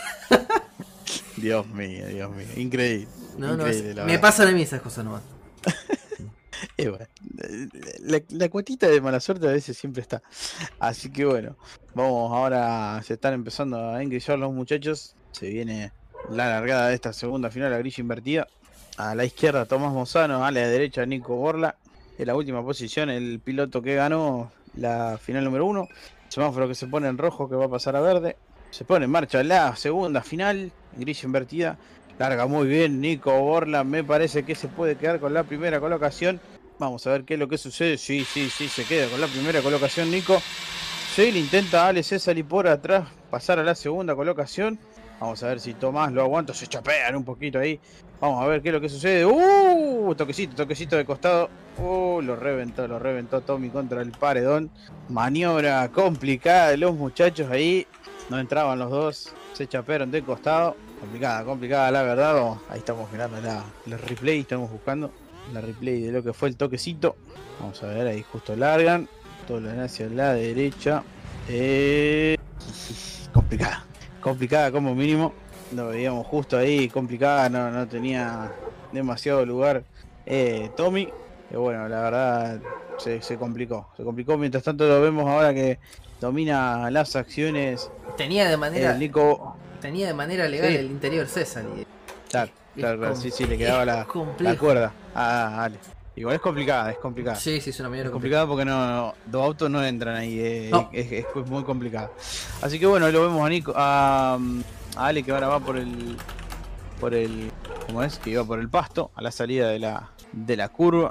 Dios mío, Dios mío. Increíble. No, increíble, no, me pasan a mí esas cosas nomás. Eh, bueno, la, la cuotita de mala suerte a veces siempre está. Así que bueno, vamos ahora, se están empezando a engrillar los muchachos. Se viene la largada de esta segunda final, la grilla invertida. A la izquierda Tomás Mozano, a la derecha Nico Borla. En la última posición el piloto que ganó la final número uno. Semáforo que se pone en rojo que va a pasar a verde. Se pone en marcha la segunda final. Grilla invertida. Larga muy bien Nico Borland. Me parece que se puede quedar con la primera colocación. Vamos a ver qué es lo que sucede. Sí, sí, sí, se queda con la primera colocación Nico. Sí, le intenta a Ale César y por atrás pasar a la segunda colocación. Vamos a ver si Tomás lo aguanta. Se chapean un poquito ahí. Vamos a ver qué es lo que sucede. Uh, toquecito, toquecito de costado. Uh, lo reventó, lo reventó Tommy contra el paredón. Maniobra complicada de los muchachos ahí. No entraban los dos. Se chapearon de costado. Complicada, complicada la verdad. Vamos, ahí estamos mirando la, la replay. Estamos buscando la replay de lo que fue el toquecito. Vamos a ver, ahí justo largan. Todo lo hacia la derecha. Eh... Complicada. Complicada como mínimo. Lo veíamos justo ahí. Complicada. No, no tenía demasiado lugar eh, Tommy. Y bueno, la verdad se, se complicó. Se complicó. Mientras tanto lo vemos ahora que domina las acciones. Tenía de manera... Eh, Nico... Tenía de manera legal sí. El interior César. Y... Claro, claro, claro. Com... Sí, sí, le quedaba la, la cuerda. Ah, dale. Igual es complicada, es complicada. Sí, sí, es una maniobra es complicada porque no, no, dos autos no entran ahí, eh, no. es, es, es muy complicado. Así que bueno, ahí lo vemos a Nico, a, a Ale que ahora va por el, por el, ¿cómo es? Que iba por el pasto a la salida de la, de la curva.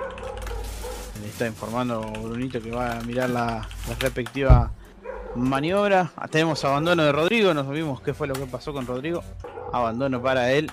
Le está informando Brunito que va a mirar la, la respectiva maniobra. Tenemos abandono de Rodrigo, nos vimos qué fue lo que pasó con Rodrigo. Abandono para él.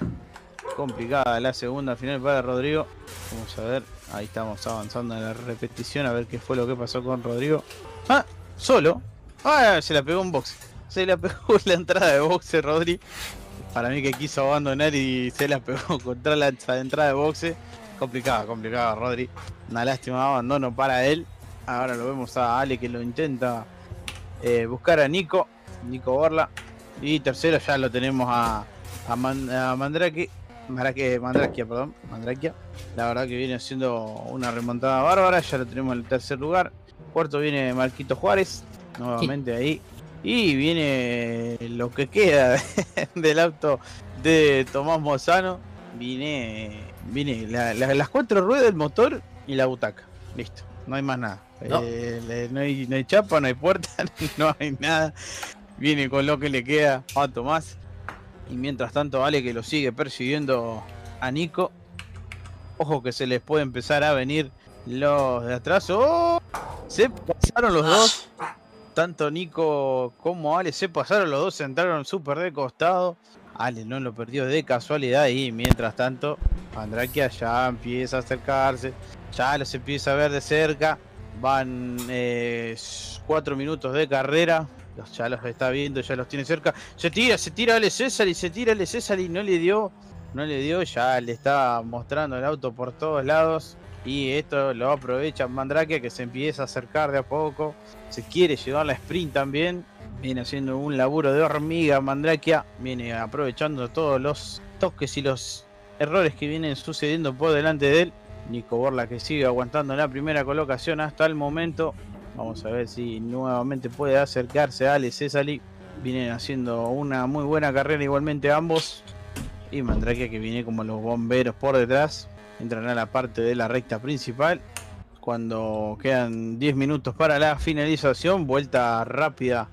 Complicada la segunda final para Rodrigo. Vamos a ver, ahí estamos avanzando en la repetición a ver qué fue lo que pasó con Rodrigo. Ah, solo. Ah, se la pegó un boxe. Se la pegó la entrada de boxe Rodri. Para mí que quiso abandonar y se la pegó contra la entrada de boxe. Complicada, complicada Rodri. Una lástima abandono para él. Ahora lo vemos a Ale que lo intenta eh, buscar a Nico. Nico Borla. Y tercero ya lo tenemos a, a, Man, a Mandrake. Mandrake, Mandrakia, perdón, Mandrakia. La verdad que viene haciendo una remontada bárbara. Ya lo tenemos en el tercer lugar. Cuarto viene Marquito Juárez. Nuevamente sí. Ahí. Y viene lo que queda del auto de Tomás Mozano. Viene, viene la, la, las cuatro ruedas del motor y la butaca. Listo, no hay más nada. No, eh, no, hay, no hay chapa, no hay puerta, no hay nada. Viene con lo que le queda a Tomás. Y mientras tanto Ale que lo sigue persiguiendo a Nico. Ojo que se les puede empezar a venir los de atrás. ¡Oh! Se pasaron los dos. Tanto Nico como Ale se pasaron los dos. Se entraron súper de costado. Ale no lo perdió de casualidad. Y mientras tanto Mandrakia ya empieza a acercarse. Ya los empieza a ver de cerca. Van eh, cuatro minutos de carrera. Ya los está viendo, ya los tiene cerca. Se tira, se tira Ale César y se tira Ale César y no le dio. No le dio, ya le está mostrando el auto por todos lados. Y esto lo aprovecha Mandrakia que se empieza a acercar de a poco. Se quiere llevar la sprint también. Viene haciendo un laburo de hormiga Mandrakia. Viene aprovechando todos los toques y los errores que vienen sucediendo por delante de él. Nico Borla que sigue aguantando la primera colocación hasta el momento. Vamos a ver si nuevamente puede acercarse a Ale César. Vienen haciendo una muy buena carrera igualmente ambos. Y Mandrakia que viene como los bomberos por detrás. Entran a la parte de la recta principal. Cuando quedan diez minutos para la finalización. Vuelta rápida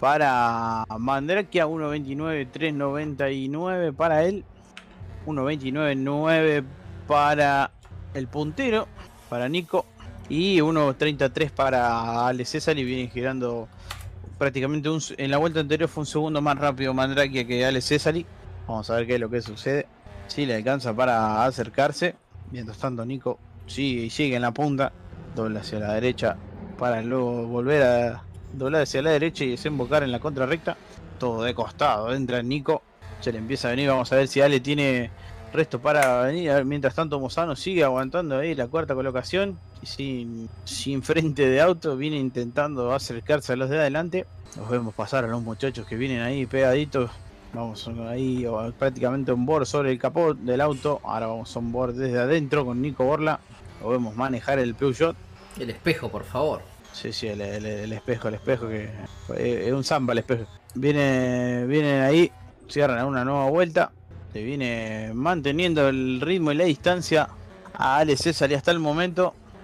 para Mandrakia. uno veintinueve tres noventa y nueve para él. uno veintinueve nueve para el puntero. Para Nico. Y uno treinta y tres para Ale César y viene girando prácticamente un, en la vuelta anterior fue un segundo más rápido Mandrakia que Ale César. Vamos a ver qué es lo que sucede. Si le alcanza para acercarse. Mientras tanto Nico sigue y sigue en la punta. Dobla hacia la derecha para luego volver a doblar hacia la derecha y desembocar en la contrarrecta. Todo de costado. Entra Nico. Se le empieza a venir. Vamos a ver si Ale tiene resto para venir. Mientras tanto Mozano sigue aguantando ahí la cuarta colocación. Y sin, sin frente de auto viene intentando acercarse a los de adelante. Los vemos pasar a los muchachos que vienen ahí pegaditos. Vamos ahí prácticamente on board sobre el capó del auto. Ahora vamos on board desde adentro con Nico Borla. Lo vemos manejar el Peugeot. El espejo, por favor. Sí, sí, el, el, el espejo, el espejo que es un samba el espejo. Viene, vienen ahí, cierran a una nueva vuelta. Le viene manteniendo el ritmo y la distancia a Ale César y hasta el momento.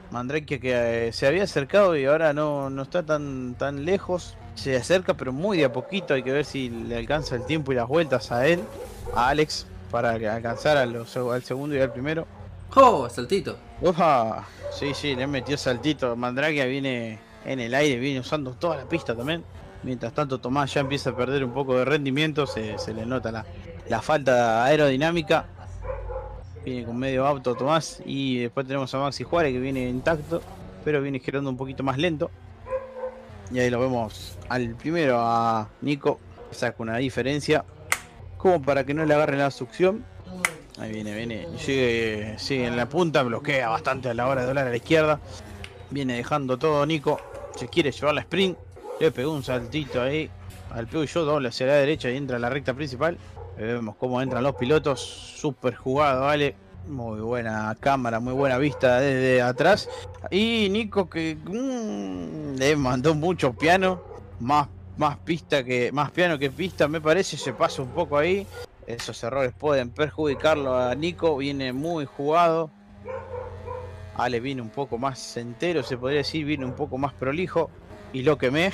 Mandrakia que eh, se había acercado y ahora no, no está tan, tan lejos. Se acerca pero muy de a poquito. Hay que ver si le alcanza el tiempo y las vueltas a él, a Alex, para alcanzar a los, al segundo y al primero. ¡Oh! Saltito. Ufa. Sí, sí, le metió saltito. Mandrakia viene en el aire, viene usando toda la pista también. Mientras tanto Tomás ya empieza a perder un poco de rendimiento. Se, se le nota la, la falta aerodinámica. Viene con medio auto Tomás. Y después tenemos a Maxi Juárez que viene intacto, pero viene girando un poquito más lento. Y ahí lo vemos al primero, a Nico, que saca una diferencia, como para que no le agarre la succión. Ahí viene, viene, sigue, sigue en la punta, bloquea bastante a la hora de doblar a la izquierda. Viene dejando todo Nico, se quiere llevar la sprint, le pegó un saltito ahí al Peugeot, dobla hacia la derecha y entra a la recta principal. Ahí vemos cómo entran los pilotos, súper jugado, vale. Muy buena cámara, muy buena vista desde atrás. Y Nico que mmm, le mandó mucho piano, más, más pista que más piano que pista, me parece. Se pasa un poco ahí. Esos errores pueden perjudicarlo a Nico. Viene muy jugado. Ale viene un poco más entero, se podría decir, viene un poco más prolijo. Y lo quemé.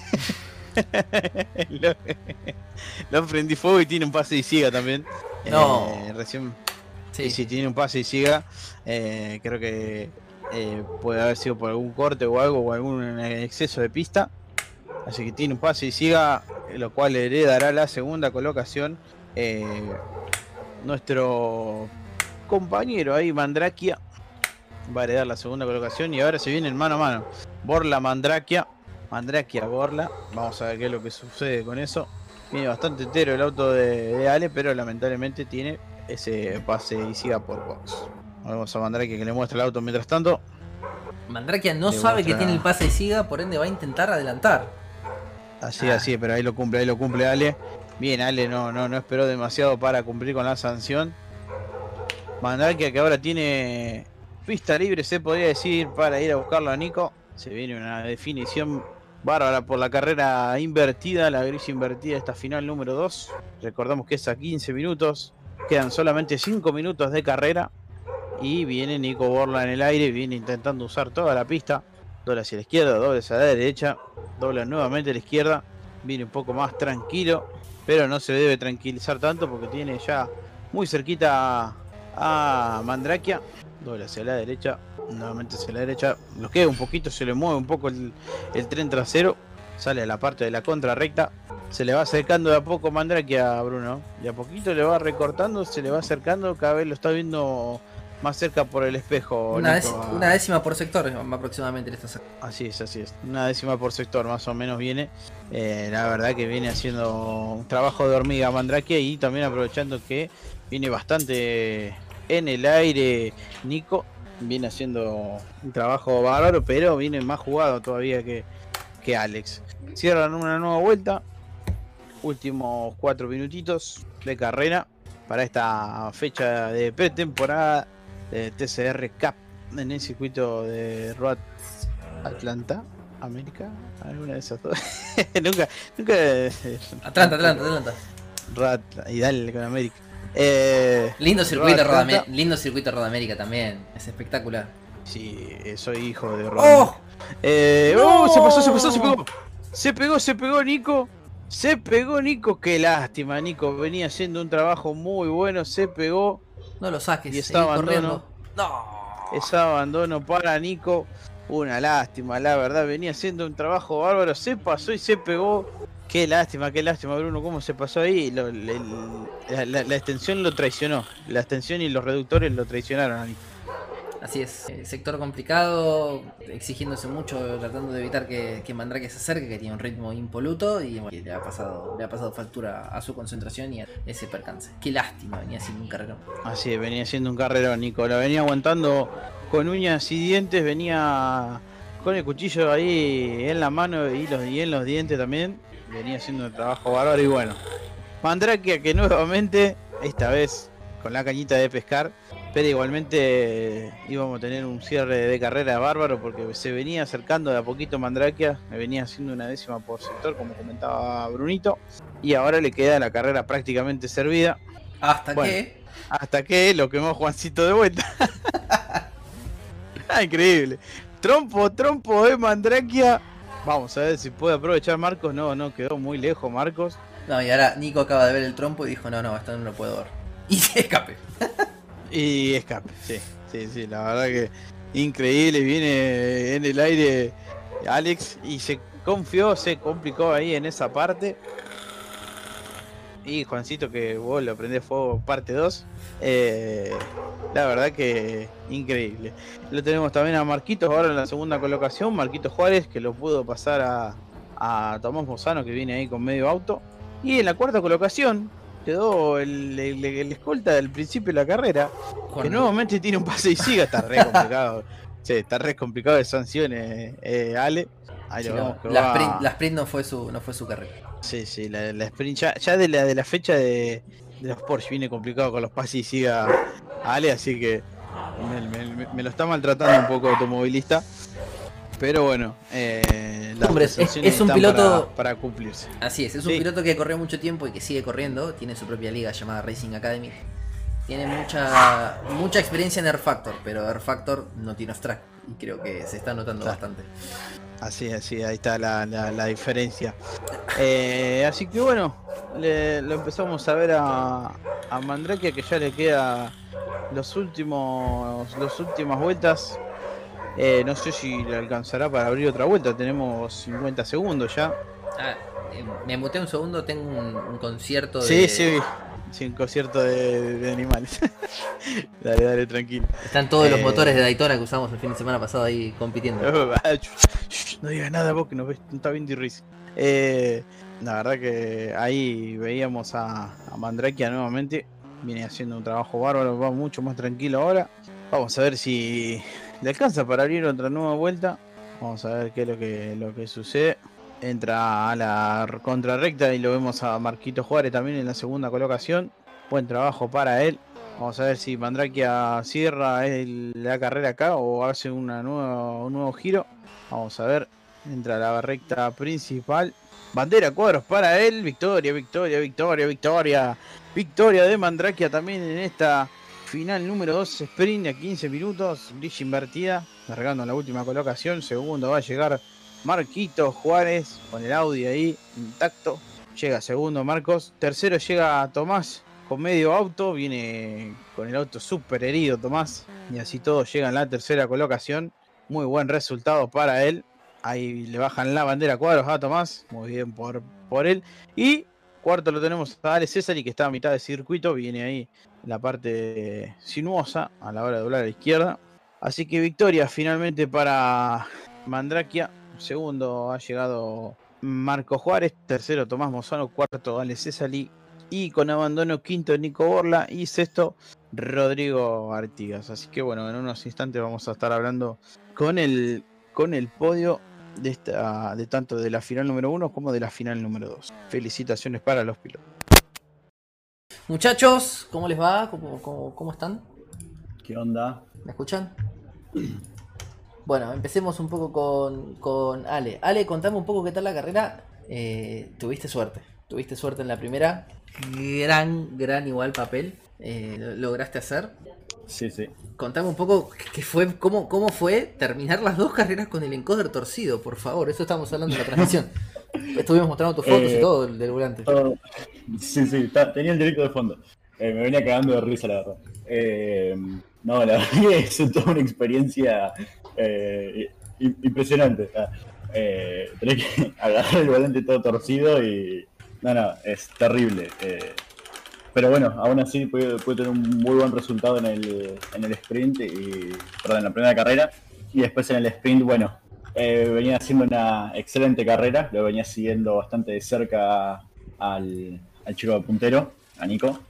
lo, lo prendí fuego y tiene un pase y siga también. No. Eh, recién. Sí. Y si tiene un pase y siga, eh, creo que eh, puede haber sido por algún corte o algo, o algún exceso de pista. Así que tiene un pase y siga, lo cual le dará la segunda colocación. Eh, nuestro compañero ahí, Mandrakia, va a heredar la segunda colocación. Y ahora se viene el mano a mano. Borla, Mandrakia. Mandrakia, Borla. Vamos a ver qué es lo que sucede con eso. Viene bastante entero el auto de, de Ale, pero lamentablemente tiene ese pase y siga por box. Vamos a Mandrakia que le muestra el auto mientras tanto. Mandrakia no le sabe que muestra... tiene el pase y siga, por ende va a intentar adelantar. Así, ah. así, pero ahí lo cumple, ahí lo cumple Ale. Bien, Ale no, no, no esperó demasiado para cumplir con la sanción. Mandrakia que ahora tiene pista libre, se podría decir, para ir a buscarlo a Nico. Se viene una definición bárbara por la carrera invertida, la gris invertida, esta final número dos. Recordamos que es a quince minutos. Quedan solamente cinco minutos de carrera. Y viene Nico Borla en el aire. Viene intentando usar toda la pista. Dobla hacia la izquierda, dobla hacia la derecha. Dobla nuevamente a la izquierda. Viene un poco más tranquilo. Pero no se debe tranquilizar tanto porque tiene ya muy cerquita a Mandrakia. Dobla hacia la derecha. Nuevamente hacia la derecha. Lo queda un poquito, se le mueve un poco el, el tren trasero. Sale a la parte de la contra recta. Se le va acercando de a poco Mandrakia a Bruno. De a poquito le va recortando, se le va acercando. Cada vez lo está viendo más cerca por el espejo. Una, Nico, dec a... una décima por sector aproximadamente le está sacando. Así es, así es. Una décima por sector más o menos viene. Eh, la verdad que viene haciendo un trabajo de hormiga Mandrakia. Y también aprovechando que viene bastante en el aire Nico. Viene haciendo un trabajo bárbaro, pero viene más jugado todavía que, que Alex. Cierran una nueva vuelta. Últimos cuatro minutitos de carrera para esta fecha de pretemporada de T C R Cup en el circuito de Road Atlanta, América, alguna de esas dos. nunca, nunca. Atlanta, Atlanta, Atlanta. Road y dale con América. Eh, lindo circuito Road Road lindo circuito Road América también, es espectacular. Sí, soy hijo de Road. ¡Oh! Eh, ¡No! oh, se pasó, se pasó, se pegó. Se pegó, se pegó Nico. Se pegó Nico, qué lástima, Nico venía haciendo un trabajo muy bueno, se pegó. No lo saques, y está abandono. Corriendo. No. Es abandono para Nico, una lástima, la verdad, venía haciendo un trabajo bárbaro, se pasó y se pegó. Qué lástima, qué lástima, Bruno, cómo se pasó ahí. Lo, el, la, la, la extensión lo traicionó, la extensión y los reductores lo traicionaron a Nico. Así es, eh, sector complicado, exigiéndose mucho, tratando de evitar que, que Mandrakia se acerque, que tiene un ritmo impoluto y bueno, le ha pasado le ha pasado factura a su concentración y a ese percance. Qué lástima, venía haciendo un carrerón. Así es, venía haciendo un carrerón, Nico, lo venía aguantando con uñas y dientes, venía con el cuchillo ahí en la mano y, los, y en los dientes también, venía haciendo un trabajo bárbaro y bueno. Mandrakia que nuevamente, esta vez con la cañita de pescar, pero igualmente eh, íbamos a tener un cierre de carrera bárbaro porque se venía acercando de a poquito Mandrakia, me venía haciendo una décima por sector como comentaba Brunito, y ahora le queda la carrera prácticamente servida. ¿Hasta bueno, qué? Hasta que lo quemó Juancito de vuelta. Increíble. Trompo, trompo de Mandrakia. Vamos a ver si puede aprovechar Marcos. No, no, quedó muy lejos Marcos. No, y ahora Nico acaba de ver el trompo y dijo, no, no, esto no lo puedo ver. Y se escape. Y escape, sí, sí, sí, la verdad que increíble. Viene en el aire Alex y se confió, se complicó ahí en esa parte. Y Juancito, que vos lo prendés fuego parte dos. Eh, la verdad que increíble. Lo tenemos también a Marquitos ahora en la segunda colocación. Marquitos Juárez, que lo pudo pasar a, a Tomás Mozano, que viene ahí con medio auto. Y en la cuarta colocación quedó el, el, el escolta del principio de la carrera, Juan, que nuevamente tiene un pase y siga. Está re complicado. Sí, está re complicado de sanciones, eh, Ale. Ahí sí, lo no, vemos que la, va... sprint, la sprint no fue su, no fue su carrera. Sí, sí, la, la sprint ya, ya de la de la fecha de, de los Porsche viene complicado con los pases y siga Ale, así que me, me, me lo está maltratando un poco automovilista. Pero bueno, eh, las Hombre, es, es un piloto para, para cumplirse. Así es, es un sí. piloto que corrió mucho tiempo y que sigue corriendo. Tiene su propia liga llamada Racing Academy. Tiene mucha mucha experiencia en Air Factor, pero Air Factor no tiene off-track y creo que se está notando claro. bastante. Así, así, ahí está la, la, la diferencia. Eh, así que bueno, le, lo empezamos a ver a, a Mandrakia, que ya le queda los últimos, las últimas vueltas. Eh, no sé si le alcanzará para abrir otra vuelta. Tenemos cincuenta segundos ya. Ah, eh, me muteé un segundo, tengo un, un concierto de... Sí, sí, sí, un concierto de, de animales. Dale, dale, tranquilo. Están todos eh... los motores de Daytona que usamos el fin de semana pasado ahí compitiendo. No digas nada vos que nos ves, no está viendo y risa. Eh, la verdad que ahí veíamos a, a Mandrakia nuevamente. Viene haciendo un trabajo bárbaro, va mucho más tranquilo ahora. Vamos a ver si le alcanza para abrir otra nueva vuelta. Vamos a ver qué es lo que, lo que sucede. Entra a la contrarrecta y lo vemos a Marquitos Juárez también en la segunda colocación. Buen trabajo para él. Vamos a ver si Mandrakia cierra el, la carrera acá o hace una nueva, un nuevo giro. Vamos a ver. Entra a la recta principal. Bandera cuadros para él. Victoria, victoria, victoria, victoria. Victoria de Mandrakia también en esta final número dos. Sprint a quince minutos. Grilla invertida. Largando en la última colocación. Segundo va a llegar Marquitos Juárez. Con el Audi ahí intacto. Llega segundo Marcos. Tercero llega Tomás con medio auto. Viene con el auto súper herido Tomás. Y así todos llegan a la tercera colocación. Muy buen resultado para él. Ahí le bajan la bandera cuadros a Tomás. Muy bien por, por él. Y cuarto lo tenemos a Ale César, que está a mitad de circuito. Viene ahí en la parte sinuosa a la hora de doblar a la izquierda. Así que victoria finalmente para Mandrakia. Segundo ha llegado Marco Juárez. Tercero Tomás Mozano. Cuarto Ale César. Y con abandono quinto Nico Borla. Y sexto Rodrigo Artigas. Así que bueno, en unos instantes vamos a estar hablando con el, con el podio de, esta, de tanto de la final número uno como de la final número dos. Felicitaciones para los pilotos. Muchachos, ¿cómo les va? ¿Cómo, cómo, cómo están? ¿Qué onda? ¿Me escuchan? Bueno, empecemos un poco con, con Ale. Ale, contame un poco qué tal la carrera. Eh, tuviste suerte. Tuviste suerte en la primera. Gran, gran igual papel. Eh, lograste hacer. Sí, sí. Contame un poco qué fue, cómo, cómo fue terminar las dos carreras con el encoder torcido, por favor. Eso estamos hablando en la transmisión. Estuvimos mostrando tus fotos eh, y todo del volante. Todo, sí, sí, está, tenía el directo de fondo. Eh, me venía cagando de risa, la verdad. Eh, no, la verdad es toda una experiencia eh, impresionante. Eh, tenés que agarrar el volante todo torcido y... No, no, es terrible. Eh, pero bueno, aún así pude, pude tener un muy buen resultado en el, en el sprint, y, perdón, en la primera carrera. Y después en el sprint, bueno, eh, venía haciendo una excelente carrera. Lo venía siguiendo bastante de cerca al, al chico de puntero, a Nico.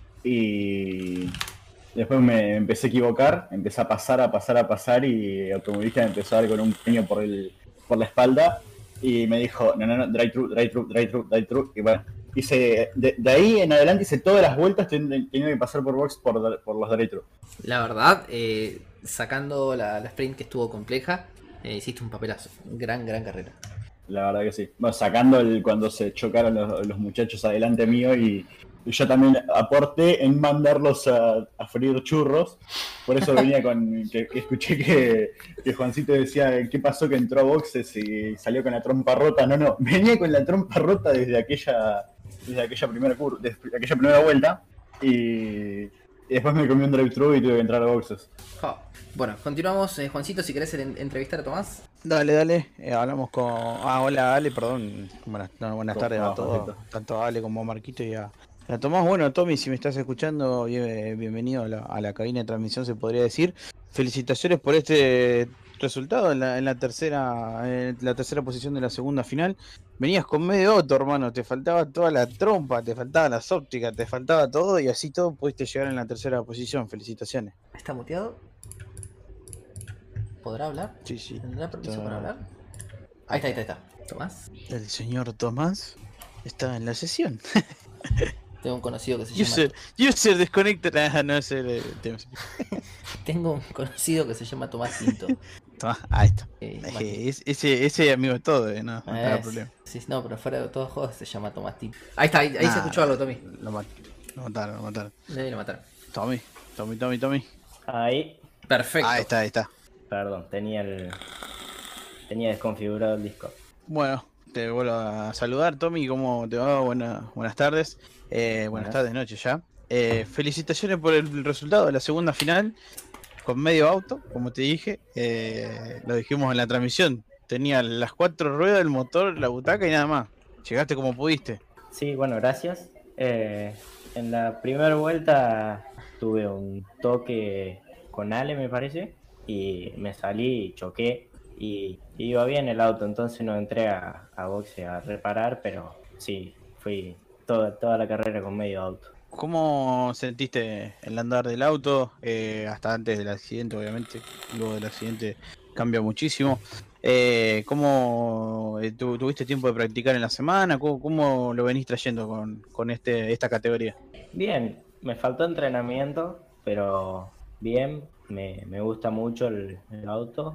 Y después me empecé a equivocar, empecé a pasar, a pasar, a pasar, y el automovilista me empezó a dar con un puño por, el, por la espalda. Y me dijo, no, no, no, drive thru, drive thru, drive thru, drive thru. Y bueno, hice, de, de ahí en adelante hice todas las vueltas teniendo que pasar por box por, por los drive thru. La verdad, eh, sacando la, la sprint que estuvo compleja, eh, hiciste un papelazo. Gran, gran carrera. la verdad que sí. Bueno, sacando el cuando se chocaron los, los muchachos adelante mío y, y yo también aporté en mandarlos a, a freír churros. Por eso venía con que, que escuché que, que Juancito decía qué pasó que entró a boxes y salió con la trompa rota. No, no, venía con la trompa rota desde aquella desde aquella primera curva, desde aquella primera vuelta y, y después me comí un drive-thru y tuve que entrar a boxes. Oh. Bueno, continuamos. eh, Juancito, si querés en- entrevistar a Tomás. Dale, dale. Eh, hablamos con. Ah, hola, Ale, perdón. Buenas, no, buenas ¿Cómo tardes a va, todos. Juancito? Tanto a Ale como a Marquito y a, a Tomás. Bueno, Tommy, si me estás escuchando, bien- bienvenido a la, a la cabina de transmisión, se podría decir. Felicitaciones por este resultado en la, en la tercera en la tercera posición de la segunda final. Venías con medio auto, hermano. Te faltaba toda la trompa, te faltaban las ópticas, te faltaba todo y así todo pudiste llegar en la tercera posición. Felicitaciones. ¿Está muteado? ¿Podrá hablar? Sí, sí. ¿Tendrá permiso Está- para hablar? Ahí está, ahí está, ahí está. Tomás. El señor Tomás está en la sesión. Tengo un conocido que se llama. User, user disconnected. Ah, no sé. el tema. Tengo un conocido que se llama Tomás Tinto. Tomás, ahí está. Eh, Es más- que es- ese, ese amigo de todo, eh, no, no te da es- problema. sí, no, pero fuera de todos los juegos se llama Tomás Tinto. Ahí está, ahí, ahí se Nah, escuchó algo, Tommy. Lo, mat- lo mataron, lo mataron. Debe lo mataron. Tommy, Tommy, Tommy, Tommy. Ahí, Perfecto. Ahí está, ahí está. perdón, tenía el tenía desconfigurado el disco. Bueno, te vuelvo a saludar, Tommy. ¿Cómo te va? Buena- buenas tardes. Eh, buenas Buenas. tardes, noches ya. Eh, felicitaciones por el resultado de la segunda final. Con medio auto, como te dije. Eh, lo dijimos en la transmisión. Tenía las cuatro ruedas, el motor, la butaca y nada más. Llegaste como pudiste. Sí, bueno, gracias. Eh, en la primera vuelta tuve un toque con Ale, me parece, y me salí y choqué. Y iba bien el auto, entonces no entré a, a boxe a reparar, pero sí, fui toda, toda la carrera con medio auto. ¿Cómo sentiste el andar del auto? Eh, hasta antes del accidente, obviamente. Luego del accidente cambia muchísimo. Eh, ¿Cómo eh, tu- tuviste tiempo de practicar en la semana? ¿Cómo, cómo lo venís trayendo con, con este, esta categoría? Bien, me faltó entrenamiento, pero bien, me, me gusta mucho el, el auto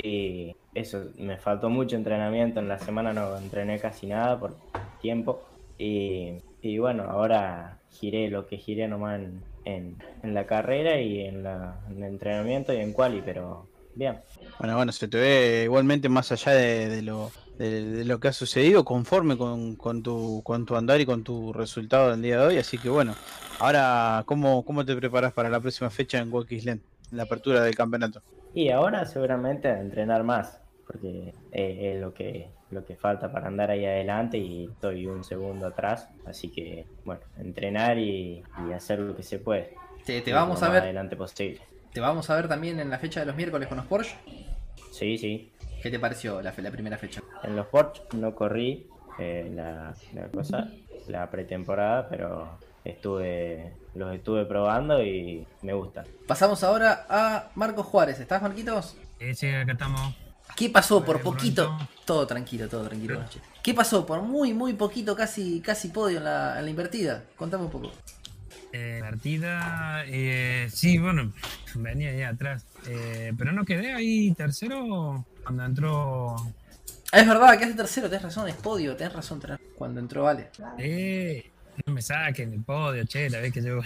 y eso, me faltó mucho entrenamiento, en la semana no entrené casi nada por tiempo y, y bueno, ahora giré lo que giré nomás en, en, en la carrera y en, la, en el entrenamiento y en quali, pero bien. Bueno, bueno, se te ve igualmente más allá de, de lo, de, de lo que ha sucedido, conforme con, con, tu, con tu andar y con tu resultado del día de hoy. Así que bueno, ahora, ¿cómo, cómo te preparas para la próxima fecha en Walk Island, en la apertura del campeonato? Y ahora seguramente a entrenar más, porque eh, es lo que, lo que falta para andar ahí adelante y estoy un segundo atrás, así que bueno, entrenar y, y hacer lo que se puede. Te, te Y vamos lo a más ver. adelante posible. Te vamos a ver también en la fecha de los miércoles con los Porsche. Sí, sí. ¿Qué te pareció la, fe- la primera fecha? En los Porsche no corrí eh, la, la cosa, la pretemporada, pero estuve los estuve probando y me gusta. Pasamos ahora a Marcos Juárez. ¿Estás, Marquitos? Sí, sí, acá estamos. ¿Qué pasó por Eh, poquito? pronto. Todo tranquilo, todo tranquilo. Nachi. ¿Qué pasó por muy, muy poquito, casi, casi podio en la, en la invertida? Contame un poco. Eh, partida, eh, sí, bueno, venía ahí atrás. Eh, pero no quedé ahí tercero cuando entró. Es verdad, que hace tercero, tenés razón, es podio, tenés razón, tenés- cuando entró Vale. Eh, no me saquen el podio, che, la vez que llevo.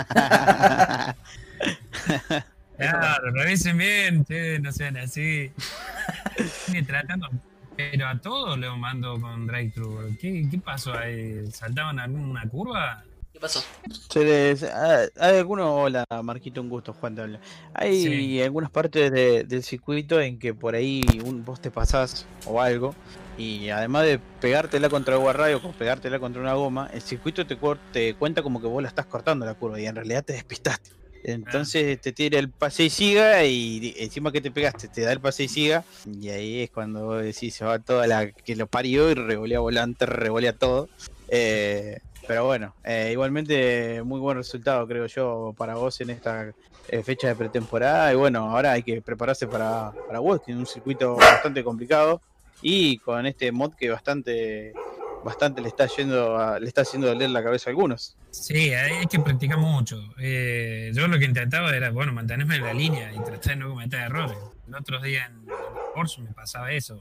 Claro, revisen bien, che, no sean así. Ni tratando. Pero a todos los mando con drive-thru. ¿Qué, ¿Qué pasó ahí? ¿Saltaban alguna curva? ¿Qué pasó? Se les- ah, hay algunos, hola Marquito, un gusto, Juan te habla. Hay Sí. algunas partes de- del circuito en que por ahí un, vos te pasás o algo, y además de pegártela contra el guarrayo o pegártela contra una goma, el circuito te, cor- te cuenta como que vos la estás cortando la curva y en realidad te despistaste. Entonces te tira el pase y siga, y di- encima que te pegaste, te da el pase y siga, y ahí es cuando vos decís se va toda la que lo parió y revolea volante, revolea todo. Eh, pero bueno, eh, igualmente muy buen resultado creo yo para vos en esta eh, fecha de pretemporada, y bueno, ahora hay que prepararse para, para vos, que es un circuito bastante complicado y con este mod que bastante bastante le está yendo a- le está haciendo doler la cabeza a algunos. Sí, hay que practicar mucho. Eh, yo lo que intentaba era, bueno, mantenerme en la línea y tratar de no cometer errores. El otro día en el Porsche me pasaba eso.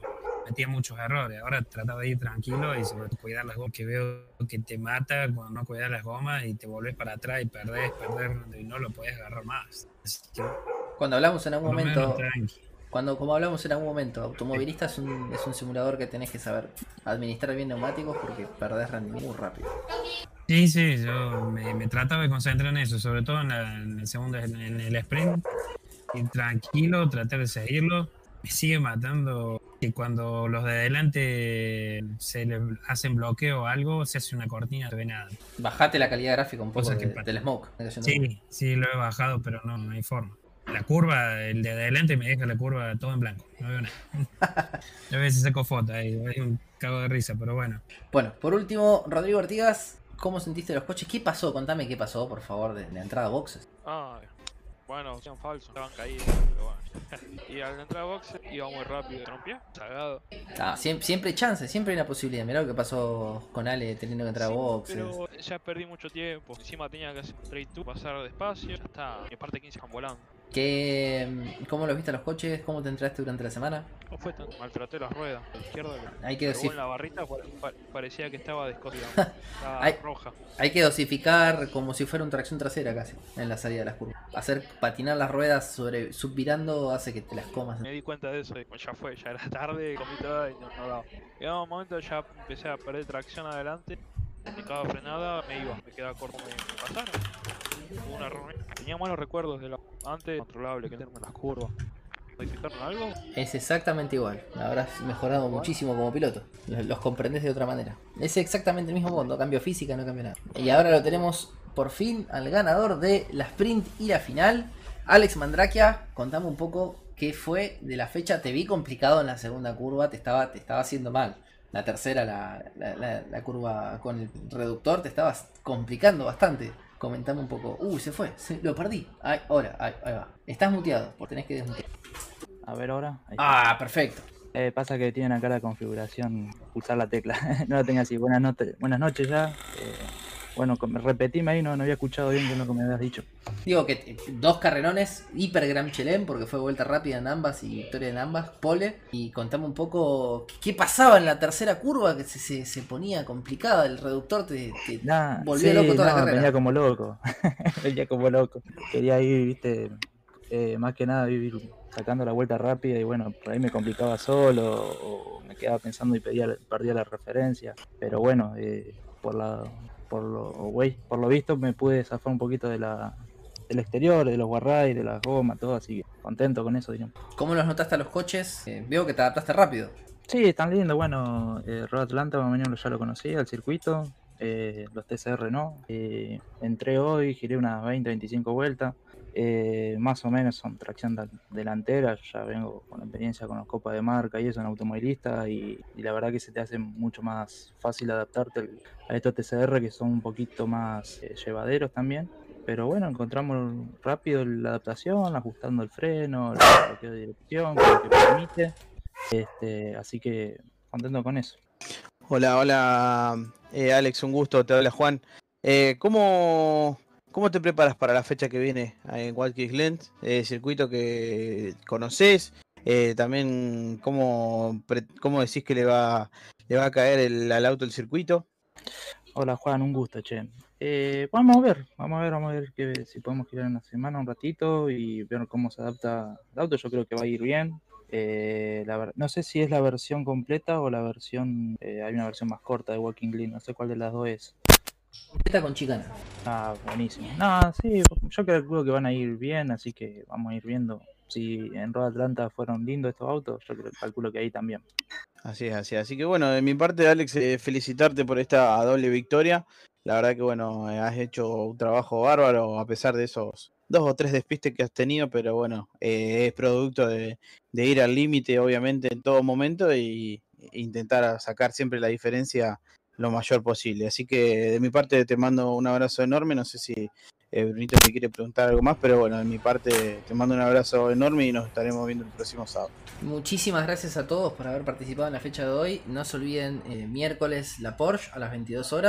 metía muchos errores. Ahora trataba de ir tranquilo y sobre todo cuidar las gomas, que veo que te mata cuando no cuidas las gomas y te volvés para atrás y perdés, perdés y no lo podés agarrar más. Así que, Cuando hablamos en algún por lo momento, menos tranqui. cuando como hablamos en algún momento, automovilista es un, es un simulador que tenés que saber administrar bien neumáticos porque perdés rendimiento muy rápido. Sí, sí, yo me, me trataba de concentrar en eso, sobre todo en, la, en el segundo, en, en el sprint, ir tranquilo, tratar de seguirlo. Me sigue matando que cuando los de adelante se le hacen bloqueo o algo, se hace una cortina, no se ve nada. Bajate la calidad gráfica un poco Cosas que de- pasan. del smoke. Sí, sí, lo he bajado, pero no, no hay forma. La curva, el de adelante me deja la curva todo en blanco, no veo nada. Yo a veces saco fotos ahí, hay un cago de risa, pero bueno. Bueno, por último, Rodrigo Artigas, ¿cómo sentiste los coches? ¿Qué pasó? Contame qué pasó, por favor, de la entrada a boxes. Ah, bueno, son falsos, estaban caídos, pero bueno. Y al entrar a boxe iba muy rápido, rompió, cagado. Ah, siempre, siempre hay chance, siempre hay una posibilidad. Mirá lo que pasó con Ale teniendo que entrar Sí, a boxes. pero ya perdí mucho tiempo. Encima tenía que hacer un straight two, pasar despacio, ya está. Mi parte quince van volando. ¿Qué, ¿Cómo los viste a los coches? ¿Cómo te entraste durante la semana? No fue tan maltraté las ruedas. A la izquierda que Hay que pegó decir- en la barrita pa- pa- parecía que estaba descosida. Estaba Hay- roja. Hay que dosificar como si fuera un tracción trasera casi en la salida de las curvas. Hacer patinar las ruedas sobre subvirando hace que te las comas. Me di cuenta de eso y ya fue, ya era tarde, comí toda y no, no daba. Llegaba un momento ya empecé a perder tracción adelante. De cada frenada me iba, me quedaba corto, me, me pasaron. Hubo un error. Tenía malos recuerdos de la antes controlable que tenerme en las curvas. ¿Modificaron algo? Es exactamente igual. Habrás mejorado muchísimo como piloto. Los, los comprendés de otra manera. Es exactamente el mismo mundo. No cambio física, no cambia nada. Y ahora lo tenemos por fin al ganador de la sprint y la final. Alex Mandrakia, contame un poco qué fue de la fecha. Te vi complicado en la segunda curva. Te estaba, te estaba haciendo mal. La tercera, la, la, la, la curva con el reductor, te estabas complicando bastante. Comentame un poco. Uy, se fue. Se, lo perdí. Ay, ahora, ahí, ahí va. Estás muteado. Porque tenés que desmutear. A ver ahora. Ahí está. Ah, perfecto. Eh, pasa que tienen acá la configuración, pulsar la tecla. No la tenía así. Buenas, noches, buenas noches ya. Eh, bueno, com- repetime ahí, no, no había escuchado bien que lo que me habías dicho. Digo que eh, dos carrerones, hiper Grand Chelem, porque fue vuelta rápida en ambas y victoria en ambas, pole. Y contame un poco qué pasaba en la tercera curva, que se, se, se ponía complicada, el reductor te, te Nah, volvió sí, loco toda no, la carrera. venía como loco. Venía como loco. Quería ir, viste, eh, más que nada ir sacando la vuelta rápida y bueno, por ahí me complicaba solo o me quedaba pensando y pedía, perdía la referencia. Pero bueno, eh, por la por lo güey, por lo visto me pude zafar un poquito de la del exterior, de los guarray, de las gomas, todo, así que contento con eso, digamos. ¿Cómo los notaste a los coches? Eh, veo que te adaptaste rápido. Sí, están lindos. Bueno, eh, Road Atlanta más o menos ya lo conocía, el circuito. Eh, los T C R no. Eh, entré hoy, giré unas veinte, veinticinco vueltas. Eh, más o menos son tracción da- delantera. Yo ya vengo con experiencia con los copas de marca y eso en automovilista. Y, y la verdad que se te hace mucho más fácil adaptarte al- a estos T C R que son un poquito más eh, llevaderos también. Pero bueno, encontramos rápido la adaptación, ajustando el freno, el bloqueo de dirección, que es lo que permite. Este, así que contento con eso. Hola, hola, eh, Alex, un gusto, te habla Juan. Eh, ¿cómo, ¿Cómo te preparas para la fecha que viene en Watkins Glen? Eh, circuito que conoces. Eh, también, ¿cómo, pre- ¿cómo decís que le va, le va a caer el, al auto el circuito? Hola Juan, un gusto, che. Eh, vamos a ver, vamos a ver, vamos a ver que, si podemos girar una semana un ratito y ver cómo se adapta el auto. Yo creo que va a ir bien. Eh, la ver- no sé si es la versión completa o la versión, eh, hay una versión más corta de Walking Green, no sé cuál de las dos es. Está con chicana. Ah, buenísimo. No, sí, yo creo que van a ir bien, así que vamos a ir viendo. Si en Road Atlanta fueron lindos estos autos, yo creo, calculo que ahí también. Así es, así es. Así que bueno, de mi parte, Alex, eh, felicitarte por esta doble victoria. La verdad que bueno, eh, has hecho un trabajo bárbaro a pesar de esos dos o tres despistes que has tenido, pero bueno, eh, es producto de, de ir al límite, obviamente, en todo momento y e intentar sacar siempre la diferencia lo mayor posible. Así que de mi parte te mando un abrazo enorme. No sé si eh, Brunito te quiere preguntar algo más, pero bueno, de mi parte te mando un abrazo enorme y nos estaremos viendo el próximo sábado. Muchísimas gracias a todos por haber participado en la fecha de hoy. No se olviden, eh, miércoles la Porsche a las veintidós horas.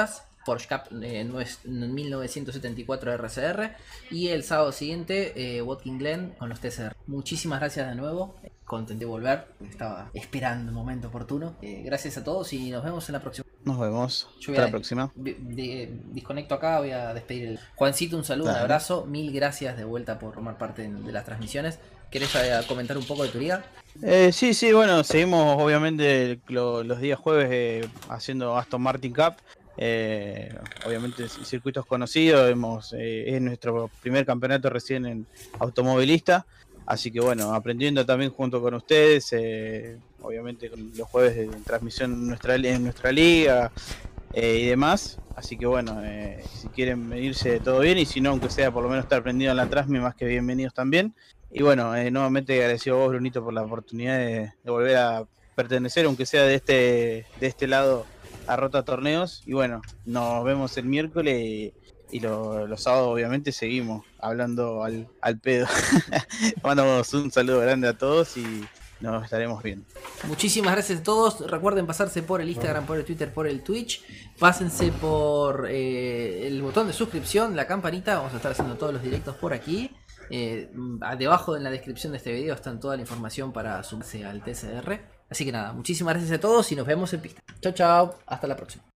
Porsche Cup eh, mil novecientos setenta y cuatro R C R. Y el sábado siguiente, eh, Watkins Glen con los T C R. Muchísimas gracias de nuevo. Contento de volver. Estaba esperando el momento oportuno. Eh, gracias a todos y nos vemos en la próxima. Nos vemos. Yo Hasta a, la próxima. De, de, desconecto acá, voy a despedir el... Juancito, un saludo, Dale. un abrazo. Mil gracias de vuelta por formar parte de, de las transmisiones. ¿Querés eh, comentar un poco de tu liga? Eh, sí, sí, bueno, seguimos obviamente lo, los días jueves eh, haciendo Aston Martin Cup. Eh, obviamente circuitos conocidos, hemos, eh, es nuestro primer campeonato recién en automovilista. Así que bueno, aprendiendo también junto con ustedes, eh, obviamente con los jueves de transmisión en nuestra, en nuestra liga eh, y demás. Así que bueno, eh, si quieren venirse todo bien y si no, aunque sea por lo menos estar prendido en la transmi, más que bienvenidos también. Y bueno, eh, nuevamente agradecido a vos, Brunito, por la oportunidad de, de volver a pertenecer, aunque sea de este, de este lado, a Rota Torneos. Y bueno, nos vemos el miércoles y... Y lo, los sábados obviamente seguimos hablando al, al pedo. Mandamos un saludo grande a todos y nos estaremos viendo. Muchísimas gracias a todos. Recuerden pasarse por el Instagram, por el Twitter, por el Twitch. Pásense por eh, el botón de suscripción, la campanita. Vamos a estar haciendo todos los directos por aquí. Eh, debajo en la descripción de este video está toda la información para sumarse al T C R. Así que nada, muchísimas gracias a todos y nos vemos en pista. Chao, chao. Hasta la próxima.